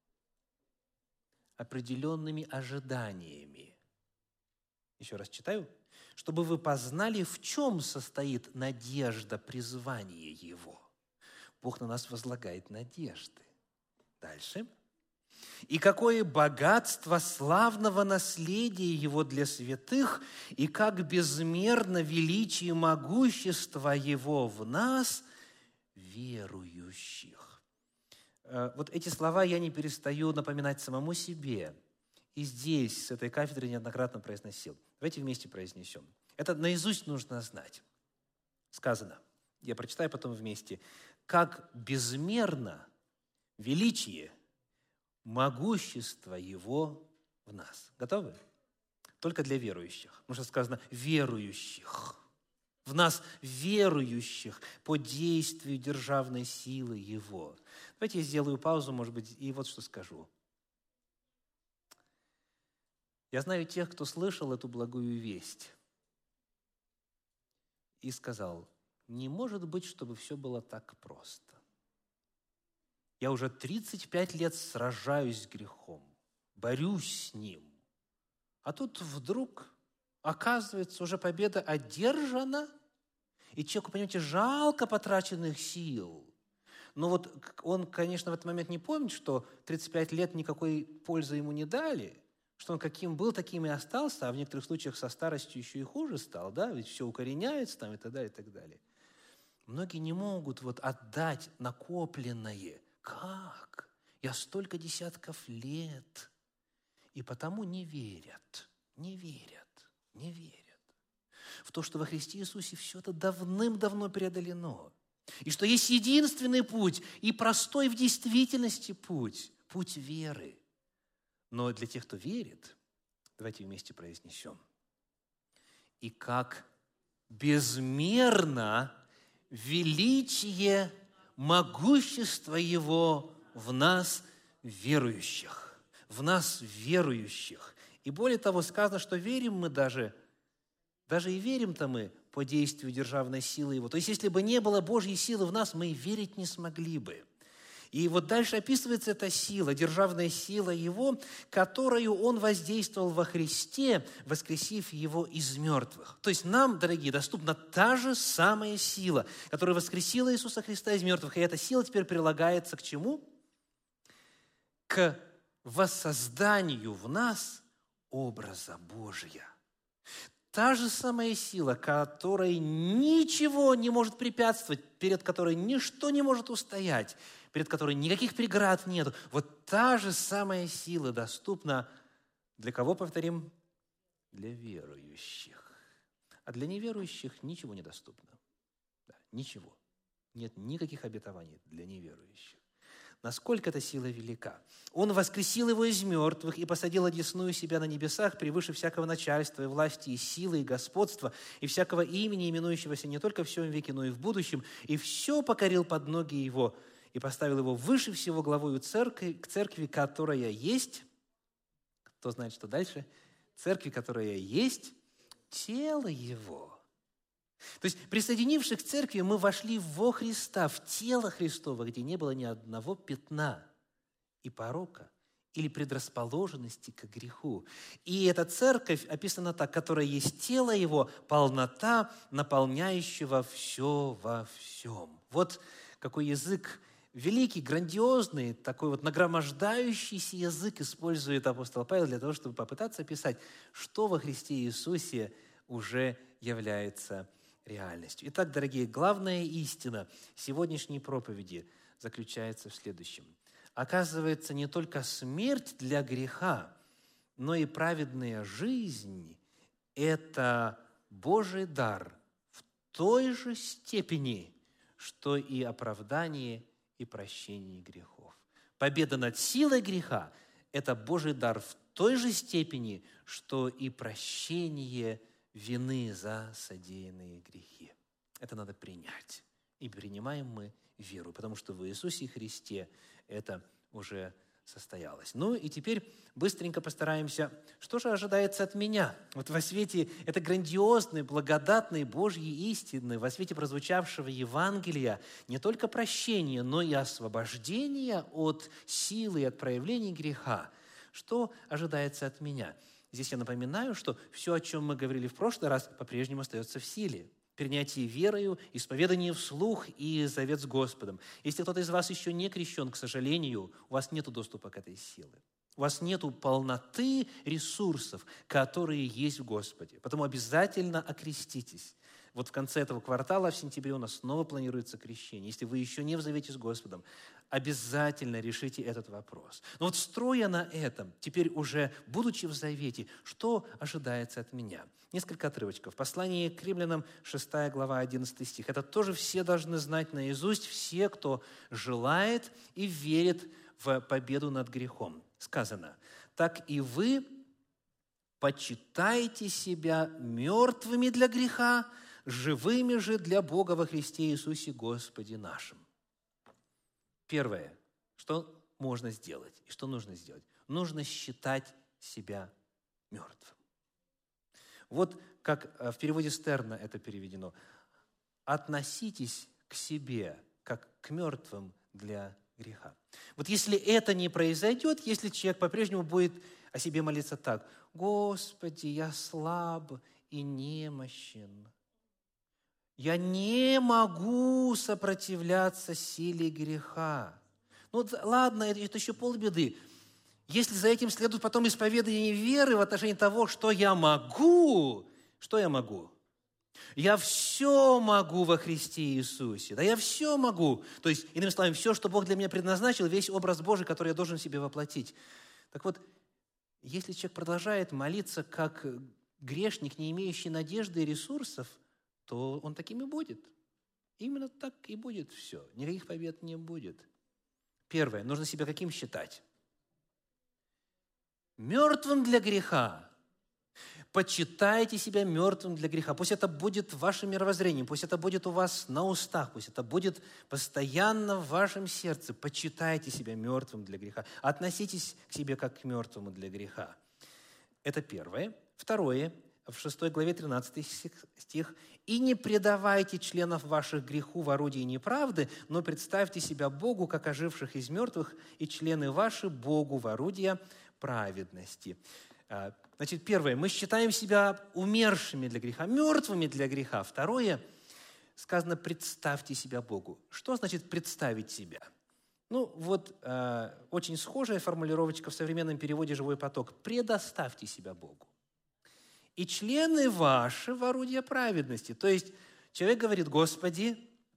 Определенными ожиданиями. Еще раз читаю. «Чтобы вы познали, в чем состоит надежда призвания Его». Бог на нас возлагает надежды. Дальше. «И какое богатство славного наследия Его для святых, и как безмерно величие и могущество Его в нас, верующих». Вот эти слова я не перестаю напоминать самому себе. И здесь, с этой кафедры, неоднократно произносил. Давайте вместе произнесем. Это наизусть нужно знать. Сказано, я прочитаю потом вместе. «Как безмерно величие, могущество Его в нас». Готовы? Только для верующих. Потому что сказано «верующих». В нас верующих по действию державной силы Его. Давайте я сделаю паузу, может быть, и вот что скажу. Я знаю тех, кто слышал эту благую весть и сказал, не может быть, чтобы все было так просто. Я уже 35 лет сражаюсь с грехом, борюсь с ним. А тут вдруг, оказывается, уже победа одержана, и человеку, понимаете, жалко потраченных сил. Но вот он, конечно, в этот момент не помнит, что 35 лет никакой пользы ему не дали, что он каким был, таким и остался, а в некоторых случаях со старостью еще и хуже стал, да, ведь все укореняется там и так далее, и так далее. Многие не могут вот отдать накопленное. Как? Я столько десятков лет. И потому не верят, не верят, не верят в то, что во Христе Иисусе все это давным-давно преодолено. И что есть единственный путь, и простой в действительности путь, путь веры. Но для тех, кто верит, давайте вместе произнесем. «И как безмерно величие, могущество Его в нас верующих». В нас верующих. И более того, сказано, что верим мы даже и верим-то мы по действию державной силы Его. То есть, если бы не было Божьей силы в нас, мы и верить не смогли бы. И вот дальше описывается эта сила, державная сила Его, которую Он воздействовал во Христе, воскресив Его из мертвых. То есть нам, дорогие, доступна та же самая сила, которая воскресила Иисуса Христа из мертвых. И эта сила теперь прилагается к чему? К воссозданию в нас образа Божия. Та же самая сила, которой ничего не может препятствовать, перед которой ничто не может устоять, перед которой никаких преград нет. Вот та же самая сила доступна для кого, повторим? Для верующих. А для неверующих ничего не доступно. Ничего. Нет никаких обетований для неверующих. Насколько эта сила велика. Он воскресил его из мертвых и посадил одесную себя на небесах превыше всякого начальства и власти, и силы, и господства, и всякого имени, именующегося не только в сем веке, но и в будущем, и все покорил под ноги его, и поставил его выше всего главою церкви, к церкви, которая есть, кто знает, что дальше, церкви, которая есть, тело его. То есть, присоединившись к церкви, мы вошли во Христа, в тело Христово, где не было ни одного пятна и порока или предрасположенности к греху. И эта церковь описана так, которая есть тело Его, полнота, наполняющего все во всем. Вот какой язык великий, грандиозный, такой вот нагромождающийся язык использует апостол Павел для того, чтобы попытаться описать, что во Христе Иисусе уже является реальностью. Итак, дорогие, главная истина сегодняшней проповеди заключается в следующем. Оказывается, не только смерть для греха, но и праведная жизнь – это Божий дар в той же степени, что и оправдание и прощение грехов. Победа над силой греха – это Божий дар в той же степени, что и прощение вины за содеянные грехи. Это надо принять. И принимаем мы веру, потому что в Иисусе Христе это уже состоялось. Ну и теперь быстренько постараемся, что же ожидается от меня? Вот во свете этой грандиозной, благодатной Божьей истины, во свете прозвучавшего Евангелия, не только прощения, но и освобождения от силы и от проявлений греха. Что ожидается от меня? Здесь я напоминаю, что все, о чем мы говорили в прошлый раз, по-прежнему остается в силе. Принятие верою, исповедание вслух и завет с Господом. Если кто-то из вас еще не крещен, к сожалению, у вас нет доступа к этой силе. У вас нет полноты ресурсов, которые есть в Господе. Поэтому обязательно окреститесь. Вот в конце этого квартала, в сентябре, у нас снова планируется крещение. Если вы еще не в завете с Господом, обязательно решите этот вопрос. Но вот строя на этом, теперь уже будучи в завете, что ожидается от меня? Несколько отрывочков. Послание к Римлянам, 6 глава, 11 стих. Это тоже все должны знать наизусть, все, кто желает и верит в победу над грехом. Сказано: «Так и вы почитайте себя мертвыми для греха, живыми же для Бога во Христе Иисусе Господе нашим». Первое, что можно сделать и что нужно сделать? Нужно считать себя мертвым. Вот как в переводе Стерна это переведено. Относитесь к себе как к мертвым для греха. Вот если это не произойдет, если человек по-прежнему будет о себе молиться так: «Господи, я слаб и немощен. Я не могу сопротивляться силе греха». Ну ладно, это еще полбеды. Если за этим следует потом исповедание веры в отношении того, что я могу, что я могу? Я все могу во Христе Иисусе. Да я все могу. То есть, иными словами, все, что Бог для меня предназначил, весь образ Божий, который я должен в себе воплотить. Так вот, если человек продолжает молиться как грешник, не имеющий надежды и ресурсов, то он таким и будет. Именно так и будет все. Никаких побед не будет. Первое. Нужно себя каким считать? Мертвым для греха. Почитайте себя мертвым для греха. Пусть это будет вашим мировоззрением, пусть это будет у вас на устах, пусть это будет постоянно в вашем сердце. Почитайте себя мертвым для греха. Относитесь к себе как к мертвому для греха. Это первое. Второе. В 6 главе 13 стих. «И не предавайте членов ваших греху в орудии неправды, но представьте себя Богу, как оживших из мертвых, и члены ваши Богу в орудия праведности». Значит, первое, мы считаем себя умершими для греха, мертвыми для греха. Второе, сказано, представьте себя Богу. Что значит представить себя? Ну, вот очень схожая формулировочка в современном переводе «Живой поток». Предоставьте себя Богу. И члены ваши в орудия праведности. То есть человек говорит: «Господи,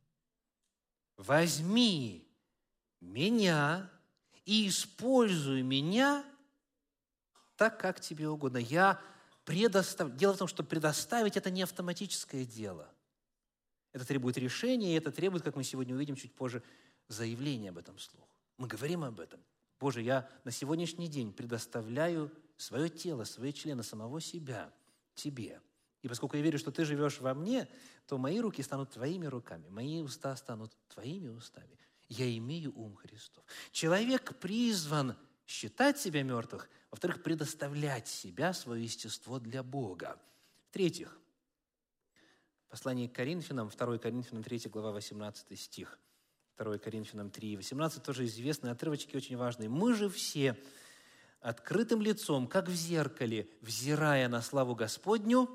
возьми меня и используй меня так, как тебе угодно». Я предоставляю. Дело в том, что предоставить – это не автоматическое дело. Это требует решения, и это требует, как мы сегодня увидим чуть позже, заявления об этом вслух. Мы говорим об этом. Боже, я на сегодняшний день предоставляю свое тело, свои члены, самого себя Тебе. И поскольку я верю, что Ты живешь во мне, то мои руки станут Твоими руками, мои уста станут Твоими устами. Я имею ум Христов. Человек призван считать себя мертвых, во-вторых, предоставлять себя, свое естество для Бога. В-третьих, послание к Коринфянам, 2 Коринфянам 3 глава, 18 стих. 2 Коринфянам 3, 18, тоже известные отрывочки, очень важные. «Мы же все открытым лицом, как в зеркале, взирая на славу Господню,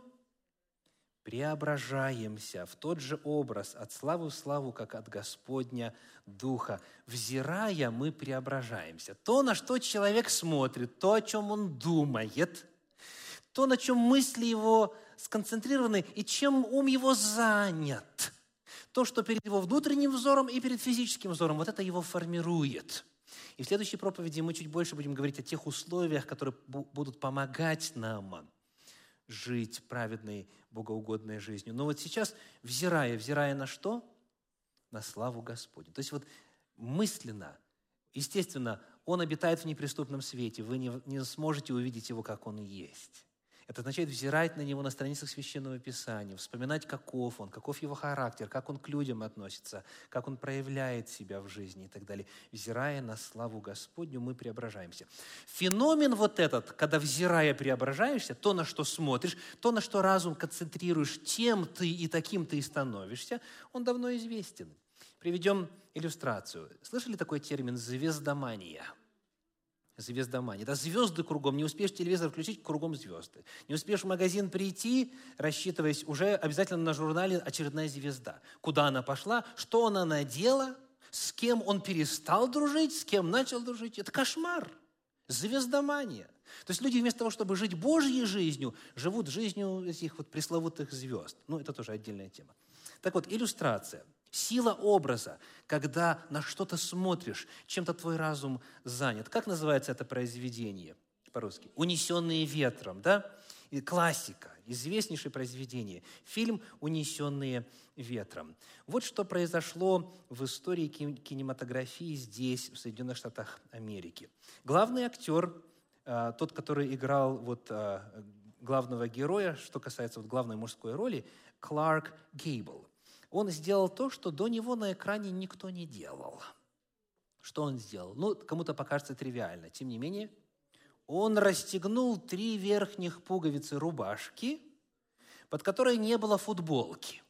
преображаемся в тот же образ, от славы в славу, как от Господня Духа». Взирая, мы преображаемся. То, на что человек смотрит, то, о чем он думает, то, на чем мысли его сконцентрированы и чем ум его занят. То, что перед его внутренним взором и перед физическим взором, вот это его формирует. И в следующей проповеди мы чуть больше будем говорить о тех условиях, которые будут помогать нам жить праведной, богоугодной жизнью. Но вот сейчас, взирая на что? На славу Господню. То есть вот мысленно, естественно, Он обитает в неприступном свете. Вы не сможете увидеть Его, как Он есть. Это означает взирать на Него на страницах Священного Писания, вспоминать, каков Он, каков Его характер, как Он к людям относится, как Он проявляет себя в жизни и так далее. Взирая на славу Господню, мы преображаемся. Феномен вот этот, когда взирая преображаешься, то, на что смотришь, то, на что разум концентрируешь, тем ты и таким ты и становишься, он давно известен. Приведем иллюстрацию. Слышали такой термин «звездомания»? Звездомания. Да, звезды кругом. Не успеешь телевизор включить, кругом звезды. Не успеешь в магазин прийти, рассчитываясь, уже обязательно на журнале очередная звезда. Куда она пошла, что она надела, с кем он перестал дружить, с кем начал дружить. Это кошмар. Звездомания. То есть люди вместо того, чтобы жить Божьей жизнью, живут жизнью этих вот пресловутых звезд. Ну, это тоже отдельная тема. Так вот, иллюстрация. Сила образа, когда на что-то смотришь, чем-то твой разум занят. Как называется это произведение по-русски? «Унесенные ветром», да? И классика, известнейшее произведение. Фильм «Унесенные ветром». Вот что произошло в истории кинематографии здесь, в Соединенных Штатах Америки. Главный актер, тот, который играл главного героя, что касается главной мужской роли, Кларк Гейбл. Он сделал то, что до него на экране никто не делал. Что он сделал? Ну, кому-то покажется тривиально. Тем не менее, он расстегнул 3 верхних пуговицы рубашки, под которой не было футболки.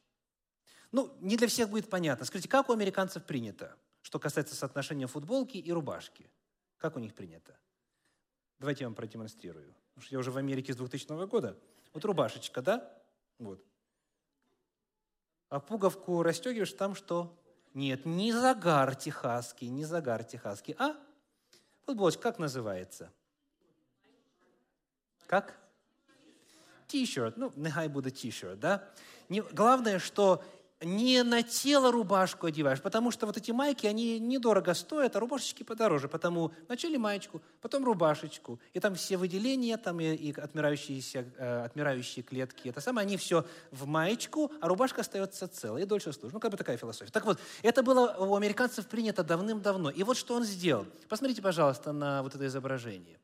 Ну, не для всех будет понятно. Скажите, как у американцев принято, что касается соотношения футболки и рубашки? Как у них принято? Давайте я вам продемонстрирую. Потому что я уже в Америке с 2000 года. Вот рубашечка, да? Вот. А пуговку расстегиваешь, там что? Нет, не загар техасский, а футболочка, как называется? Как? T-shirt, ну, нехай будет T-shirt, да? Главное, что не на тело рубашку одеваешь, потому что вот эти майки, они недорого стоят, а рубашечки подороже. Потому вначале маечку, потом рубашечку. И там все выделения, там и отмирающие клетки, это самое, они все в маечку, а рубашка остается целой и дольше служит. Ну, как бы такая философия. Так вот, это было у американцев принято давным-давно. И вот что он сделал. Посмотрите, пожалуйста, на вот это изображение.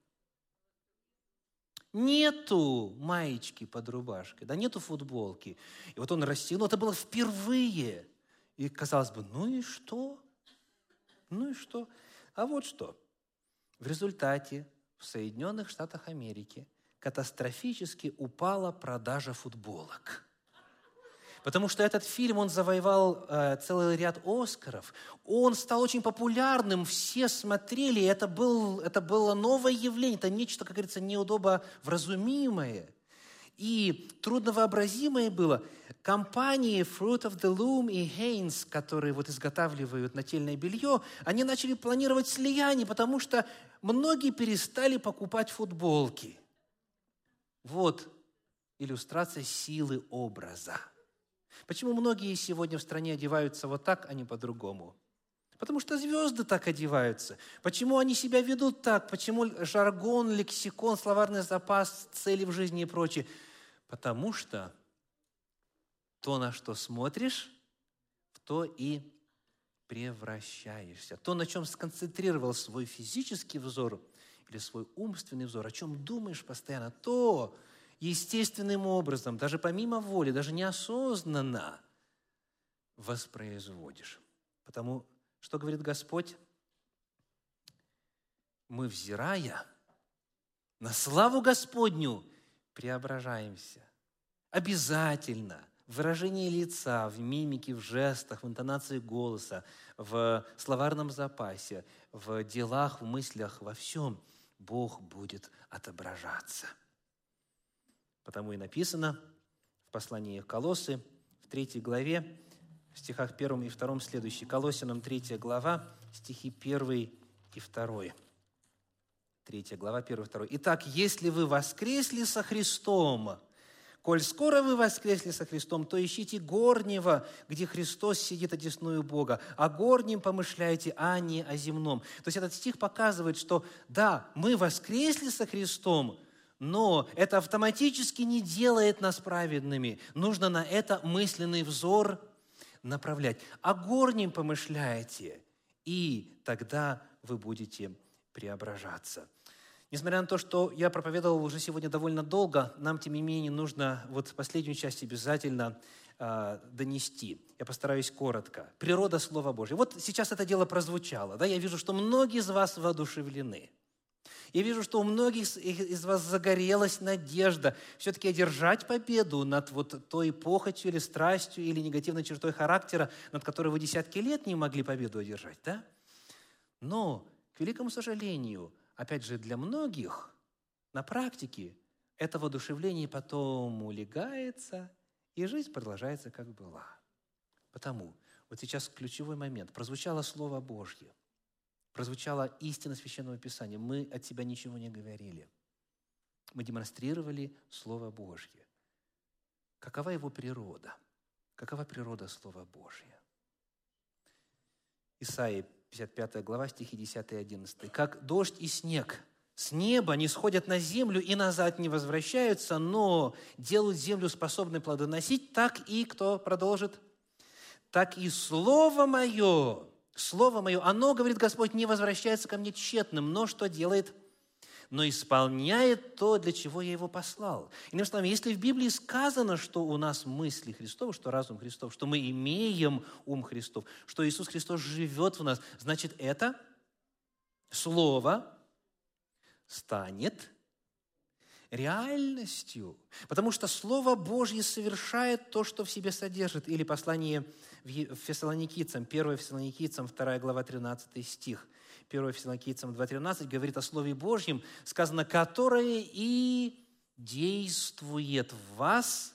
Нету маечки под рубашкой, да, нету футболки. И вот он расстегнул, это было впервые. И казалось бы, ну и что? Ну и что? А вот что. В результате в Соединенных Штатах Америки катастрофически упала продажа футболок. Потому что этот фильм, он завоевал целый ряд Оскаров. Он стал очень популярным, все смотрели. Это было новое явление, это нечто, как говорится, неудобовразумимое. И трудновообразимое было. Компании Fruit of the Loom и Hanes, которые вот изготавливают нательное белье, они начали планировать слияние, потому что многие перестали покупать футболки. Вот иллюстрация силы образа. Почему многие сегодня в стране одеваются вот так, а не по-другому? Потому что звезды так одеваются. Почему они себя ведут так? Почему жаргон, лексикон, словарный запас, цели в жизни и прочее? Потому что то, на что смотришь, то и превращаешься. То, на чем сконцентрировал свой физический взор или свой умственный взор, о чем думаешь постоянно, то естественным образом, даже помимо воли, даже неосознанно воспроизводишь. Потому что говорит Господь? Мы, взирая на славу Господню, преображаемся. Обязательно в выражении лица, в мимике, в жестах, в интонации голоса, в словарном запасе, в делах, в мыслях, во всем Бог будет отображаться. Потому и написано в послании к Колоссы, в 3 главе, в стихах 1 и 2 следующие. Колоссянам 3 глава, стихи 1 и 2. 3 глава, 1 и 2. «Итак, если вы воскресли со Христом, коль скоро вы воскресли со Христом, то ищите горнего, где Христос сидит одесную Бога, о горнем помышляйте, а не о земном». То есть этот стих показывает, что да, мы воскресли со Христом, но это автоматически не делает нас праведными. Нужно на это мысленный взор направлять. О горнем помышляйте, и тогда вы будете преображаться. Несмотря на то, что я проповедовал уже сегодня довольно долго, нам, тем не менее, нужно вот последнюю часть обязательно донести. Я постараюсь коротко. Природа Слова Божьего. Вот сейчас это дело прозвучало. Да? Я вижу, что многие из вас воодушевлены. Я вижу, что у многих из вас загорелась надежда все-таки одержать победу над вот той похотью или страстью или негативной чертой характера, над которой вы десятки лет не могли победу одержать. Да? Но, к великому сожалению, опять же, для многих на практике это воодушевление потом улегается, и жизнь продолжается, как была. Потому вот сейчас ключевой момент. Прозвучало Слово Божье, прозвучала истина Священного Писания. Мы от себя ничего не говорили. Мы демонстрировали Слово Божье. Какова его природа? Какова природа Слова Божьего? Исайя 55 глава, стихи 10 и 11. «Как дождь и снег с неба не сходят на землю и назад не возвращаются, но делают землю способной плодоносить, так и, кто продолжит? Так и Слово Мое, оно, говорит Господь, не возвращается ко мне тщетным, но что делает? Но исполняет то, для чего я его послал». Иными словами, если в Библии сказано, что у нас мысли Христовы, что разум Христов, что мы имеем ум Христов, что Иисус Христос живет в нас, значит, это Слово станет реальностью. Потому что Слово Божье совершает то, что в себе содержит. Или послание Фессалоникийцам, 1 Фессалоникийцам, 2 глава, 13 стих. 1 Фессалоникийцам 2:13 говорит о Слове Божьем, сказано, «которое и действует в вас,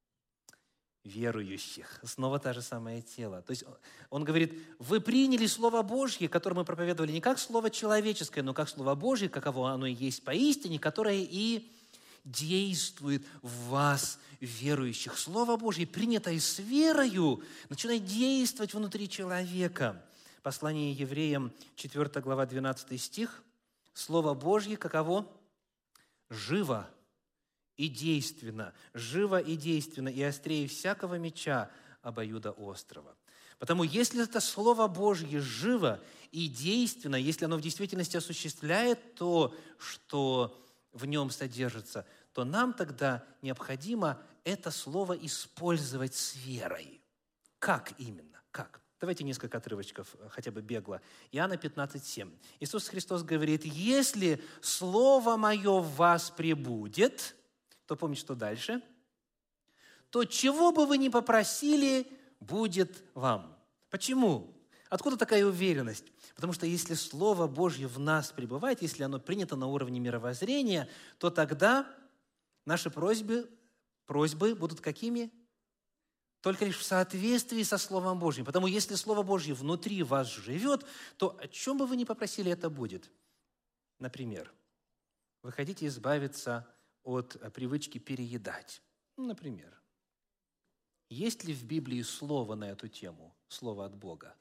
верующих». Снова та же самое тело. То есть он говорит, вы приняли Слово Божье, которое мы проповедовали не как Слово человеческое, но как Слово Божье, каково оно и есть поистине, которое и действует в вас, верующих. Слово Божье, принятое с верою, начинает действовать внутри человека. Послание евреям, 4 глава, 12 стих. Слово Божье каково? Живо и действенно, и острее всякого меча обоюдоострого. Потому если это Слово Божье живо и действенно, если оно в действительности осуществляет то, что в нем содержится, то нам тогда необходимо это Слово использовать с верой. Как именно? Как? Давайте несколько отрывочков, хотя бы бегло. Иоанна 15:7. Иисус Христос говорит, если Слово Мое в вас пребудет, то помните, что дальше? То чего бы вы ни попросили, будет вам. Почему? Откуда такая уверенность? Потому что если Слово Божье в нас пребывает, если оно принято на уровне мировоззрения, то тогда наши просьбы будут какими? Только лишь в соответствии со Словом Божьим. Потому если Слово Божье внутри вас живет, то о чем бы вы ни попросили, это будет. Например, вы хотите избавиться от привычки переедать. Например, есть ли в Библии слово на эту тему, слово от Бога,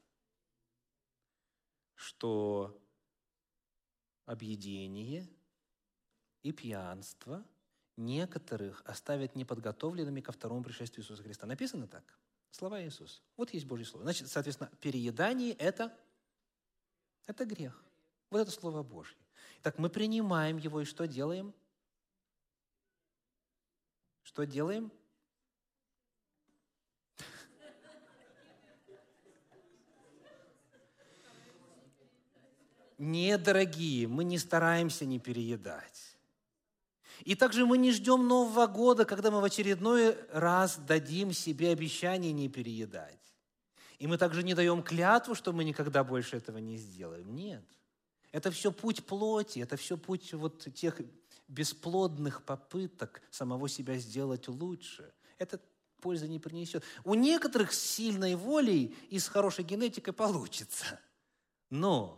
что объедение и пьянство некоторых оставят неподготовленными ко второму пришествию Иисуса Христа? Написано так? Слова Иисуса. Вот есть Божье Слово. Значит, соответственно, переедание – это грех. Вот это Слово Божье. Так мы принимаем его и что делаем? Что делаем? Нет, дорогие, мы не стараемся не переедать. И также мы не ждем Нового года, когда мы в очередной раз дадим себе обещание не переедать. И мы также не даем клятву, что мы никогда больше этого не сделаем. Нет. Это все путь плоти, это все путь вот тех бесплодных попыток самого себя сделать лучше. Это пользы не принесет. У некоторых с сильной волей и с хорошей генетикой получится. Но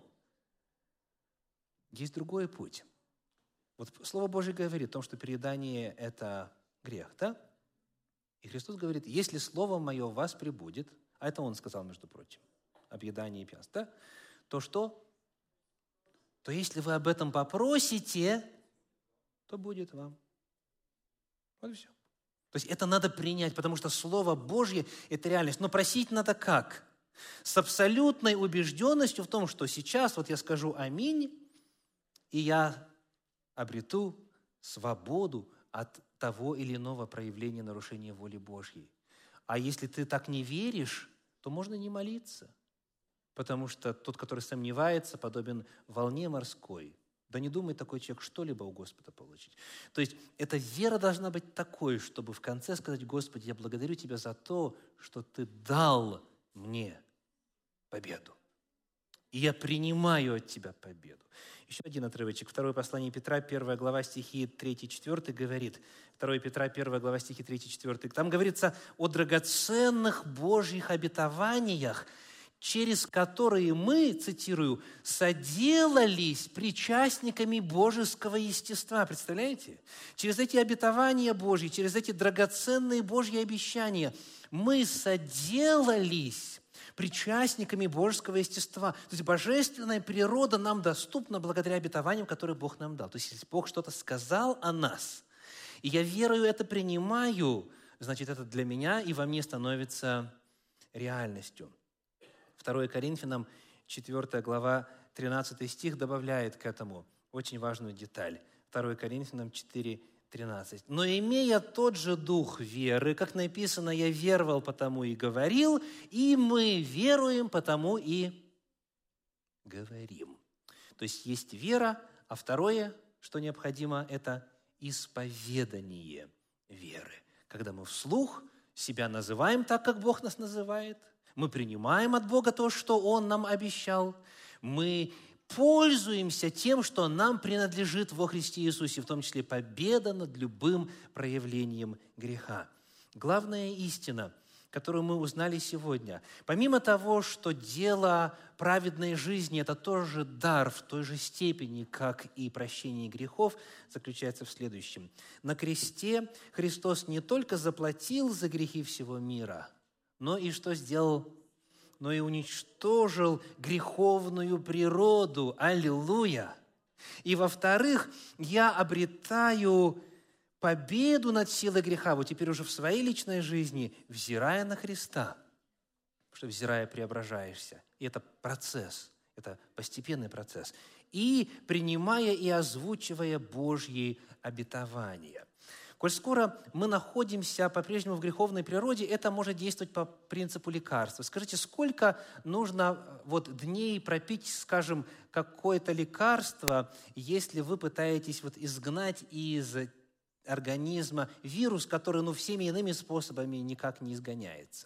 есть другой путь. Вот Слово Божье говорит о том, что переедание – это грех, да? И Христос говорит, если Слово Мое в вас пребудет, а это Он сказал, между прочим, объедание и пьянство, да? То что? То если вы об этом попросите, то будет вам. Вот и все. То есть это надо принять, потому что Слово Божье – это реальность. Но просить надо как? С абсолютной убежденностью в том, что сейчас вот я скажу «Аминь», и я обрету свободу от того или иного проявления нарушения воли Божьей. А если ты так не веришь, то можно не молиться, потому что тот, который сомневается, подобен волне морской. Да не думает такой человек что-либо у Господа получить. То есть эта вера должна быть такой, чтобы в конце сказать: Господи, я благодарю Тебя за то, что Ты дал мне победу. И я принимаю от Тебя победу. Еще один отрывочек. Второе послание Петра, 1 глава, стихи 3-4 говорит. 2 Петра, 1 глава, стихи 3-4. Там говорится о драгоценных Божьих обетованиях, через которые мы, цитирую, «соделались причастниками божеского естества». Представляете? Через эти обетования Божьи, через эти драгоценные Божьи обещания мы соделались причастниками божеского естества. То есть божественная природа нам доступна благодаря обетованиям, которые Бог нам дал. То есть если Бог что-то сказал о нас, и я верою это принимаю, значит, это для меня и во мне становится реальностью. 2 Коринфянам, 4 глава, 13 стих добавляет к этому очень важную деталь. 2 Коринфянам 4, 13. «Но имея тот же дух веры, как написано, я веровал, потому и говорил, и мы веруем, потому и говорим». То есть есть вера, а второе, что необходимо, это исповедание веры. Когда мы вслух себя называем так, как Бог нас называет, мы принимаем от Бога то, что Он нам обещал, мы пользуемся тем, что нам принадлежит во Христе Иисусе, в том числе победа над любым проявлением греха. Главная истина, которую мы узнали сегодня, помимо того, что дело праведной жизни – это тоже дар в той же степени, как и прощение грехов, заключается в следующем. На кресте Христос не только заплатил за грехи всего мира, но и что сделал? Но и уничтожил греховную природу. Аллилуйя! И во-вторых, я обретаю победу над силой греха, вот теперь уже в своей личной жизни, взирая на Христа. Потому что взирая, преображаешься. И это процесс, это постепенный процесс. И принимая и озвучивая Божьи обетования. Коль скоро мы находимся по-прежнему в греховной природе, это может действовать по принципу лекарства. Скажите, сколько нужно дней пропить, скажем, какое-то лекарство, если вы пытаетесь изгнать из организма вирус, который всеми иными способами никак не изгоняется?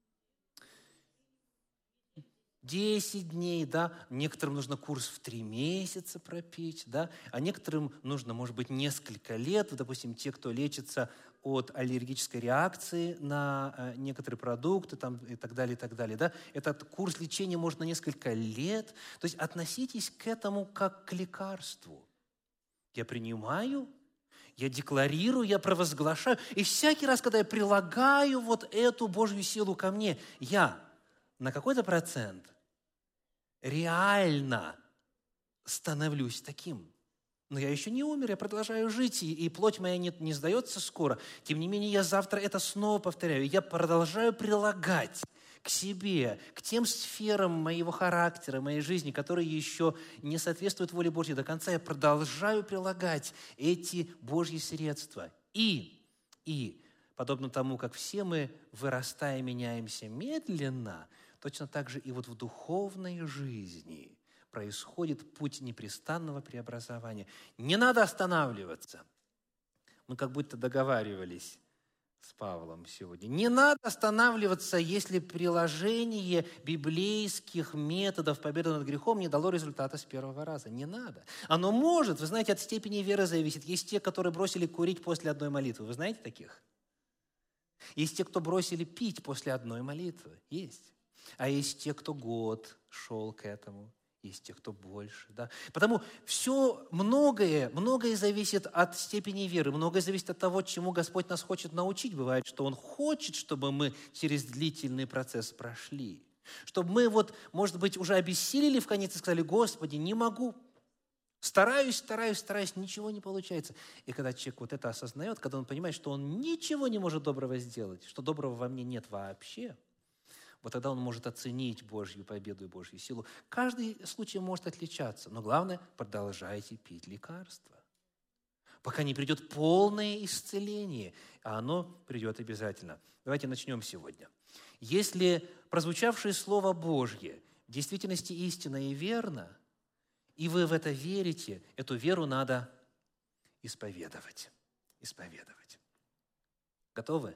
10 дней, да, некоторым нужно курс в 3 месяца пропить, да, а некоторым нужно, может быть, несколько лет, допустим, те, кто лечится от аллергической реакции на некоторые продукты и так далее, да, этот курс лечения может на несколько лет, то есть относитесь к этому как к лекарству. Я принимаю, я декларирую, я провозглашаю, и всякий раз, когда я прилагаю эту Божью силу ко мне, я на какой-то процент реально становлюсь таким. Но я еще не умер, я продолжаю жить, и плоть моя не сдается скоро. Тем не менее, я завтра это снова повторяю. Я продолжаю прилагать к себе, к тем сферам моего характера, моей жизни, которые еще не соответствуют воле Божьей до конца. Я продолжаю прилагать эти Божьи средства. И, подобно тому, как все мы, вырастая, меняемся медленно, точно так же и вот в духовной жизни происходит путь непрестанного преобразования. Не надо останавливаться. Мы как будто договаривались с Павлом сегодня. Не надо останавливаться, если приложение библейских методов победы над грехом не дало результата с первого раза. Не надо. Оно может, вы знаете, от степени веры зависит. Есть те, которые бросили курить после одной молитвы. Вы знаете таких? Есть те, кто бросили пить после одной молитвы. Есть. А есть те, кто год шел к этому. Есть те, кто больше. Да? Потому многое зависит от степени веры, многое зависит от того, чему Господь нас хочет научить. Бывает, что Он хочет, чтобы мы через длительный процесс прошли. Чтобы мы, может быть, уже обессилели в конец и сказали: Господи, не могу. Стараюсь, ничего не получается. И когда человек это осознает, когда он понимает, что он ничего не может доброго сделать, что доброго во мне нет вообще, вот тогда он может оценить Божью победу и Божью силу. Каждый случай может отличаться, но главное, продолжайте пить лекарства, пока не придет полное исцеление, а оно придет обязательно. Давайте начнем сегодня. Если прозвучавшее Слово Божье в действительности истинно и верно, и вы в это верите, эту веру надо исповедовать. Готовы?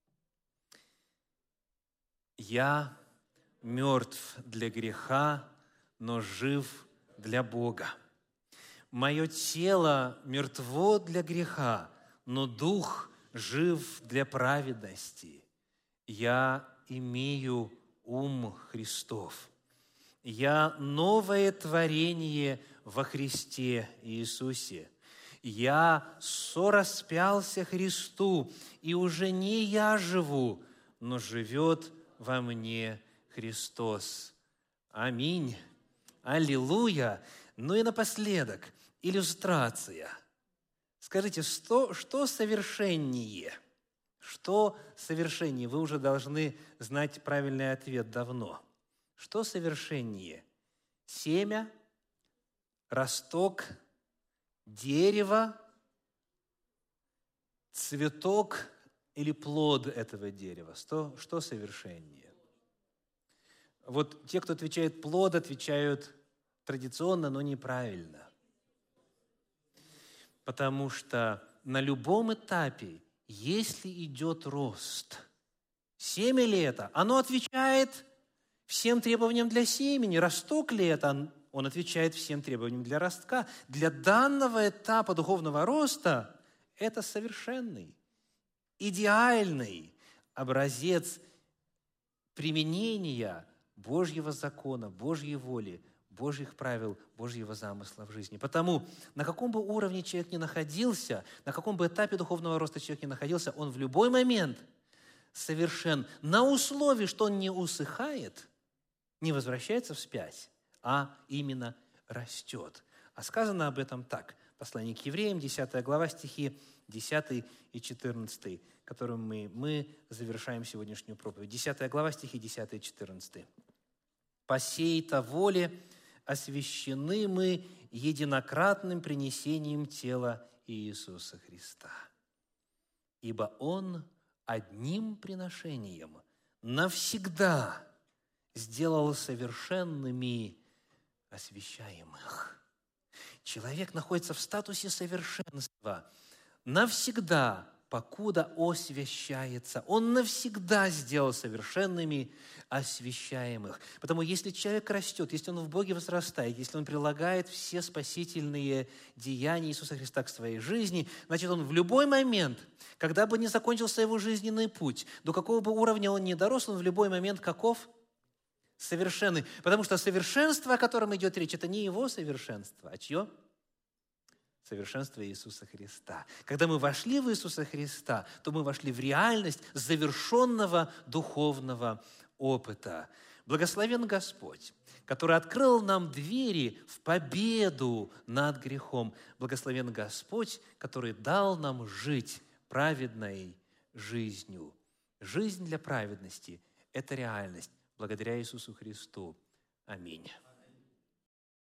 «Я мертв для греха, но жив для Бога. Мое тело мертво для греха, но дух жив для праведности. Я имею ум Христов. Я новое творение во Христе Иисусе. Я сораспялся Христу, и уже не я живу, но живет во мне Христос. Аминь. Аллилуйя. Ну и напоследок, иллюстрация. Скажите, что совершеннее? Что совершеннее? Вы уже должны знать правильный ответ давно. Что совершеннее? Семя, росток, дерево, цветок или плод этого дерева? Что совершеннее? Вот те, кто отвечает плод, отвечают традиционно, но неправильно. Потому что на любом этапе, если идет рост, семя ли это? Оно отвечает всем требованиям для семени. Росток ли это? Он отвечает всем требованиям для ростка. Для данного этапа духовного роста это совершенный, идеальный образец применения Божьего закона, Божьей воли, Божьих правил, Божьего замысла в жизни. Потому на каком бы уровне человек ни находился, на каком бы этапе духовного роста человек ни находился, он в любой момент совершен на условии, что он не усыхает, не возвращается вспять, а именно растет. А сказано об этом так. Послание к евреям, 10 глава, стихи 10 и 14, которым мы завершаем сегодняшнюю проповедь. 10 глава, стихи 10 и 14. «По сей-то воле освящены мы единократным принесением тела Иисуса Христа. Ибо Он одним приношением навсегда сделал совершенными освящаемых». Человек находится в статусе совершенства навсегда, покуда освящается. Он навсегда сделал совершенными освящаемых. Потому если человек растет, если он в Боге возрастает, если он прилагает все спасительные деяния Иисуса Христа к своей жизни, значит, он в любой момент, когда бы ни закончился его жизненный путь, до какого бы уровня он ни дорос, он в любой момент каков? Совершенный. Потому что совершенство, о котором идет речь, это не его совершенство, а чье? Совершенство Иисуса Христа. Когда мы вошли в Иисуса Христа, то мы вошли в реальность завершенного духовного опыта. Благословен Господь, который открыл нам двери в победу над грехом. Благословен Господь, который дал нам жить праведной жизнью. Жизнь для праведности – это реальность благодаря Иисусу Христу. Аминь.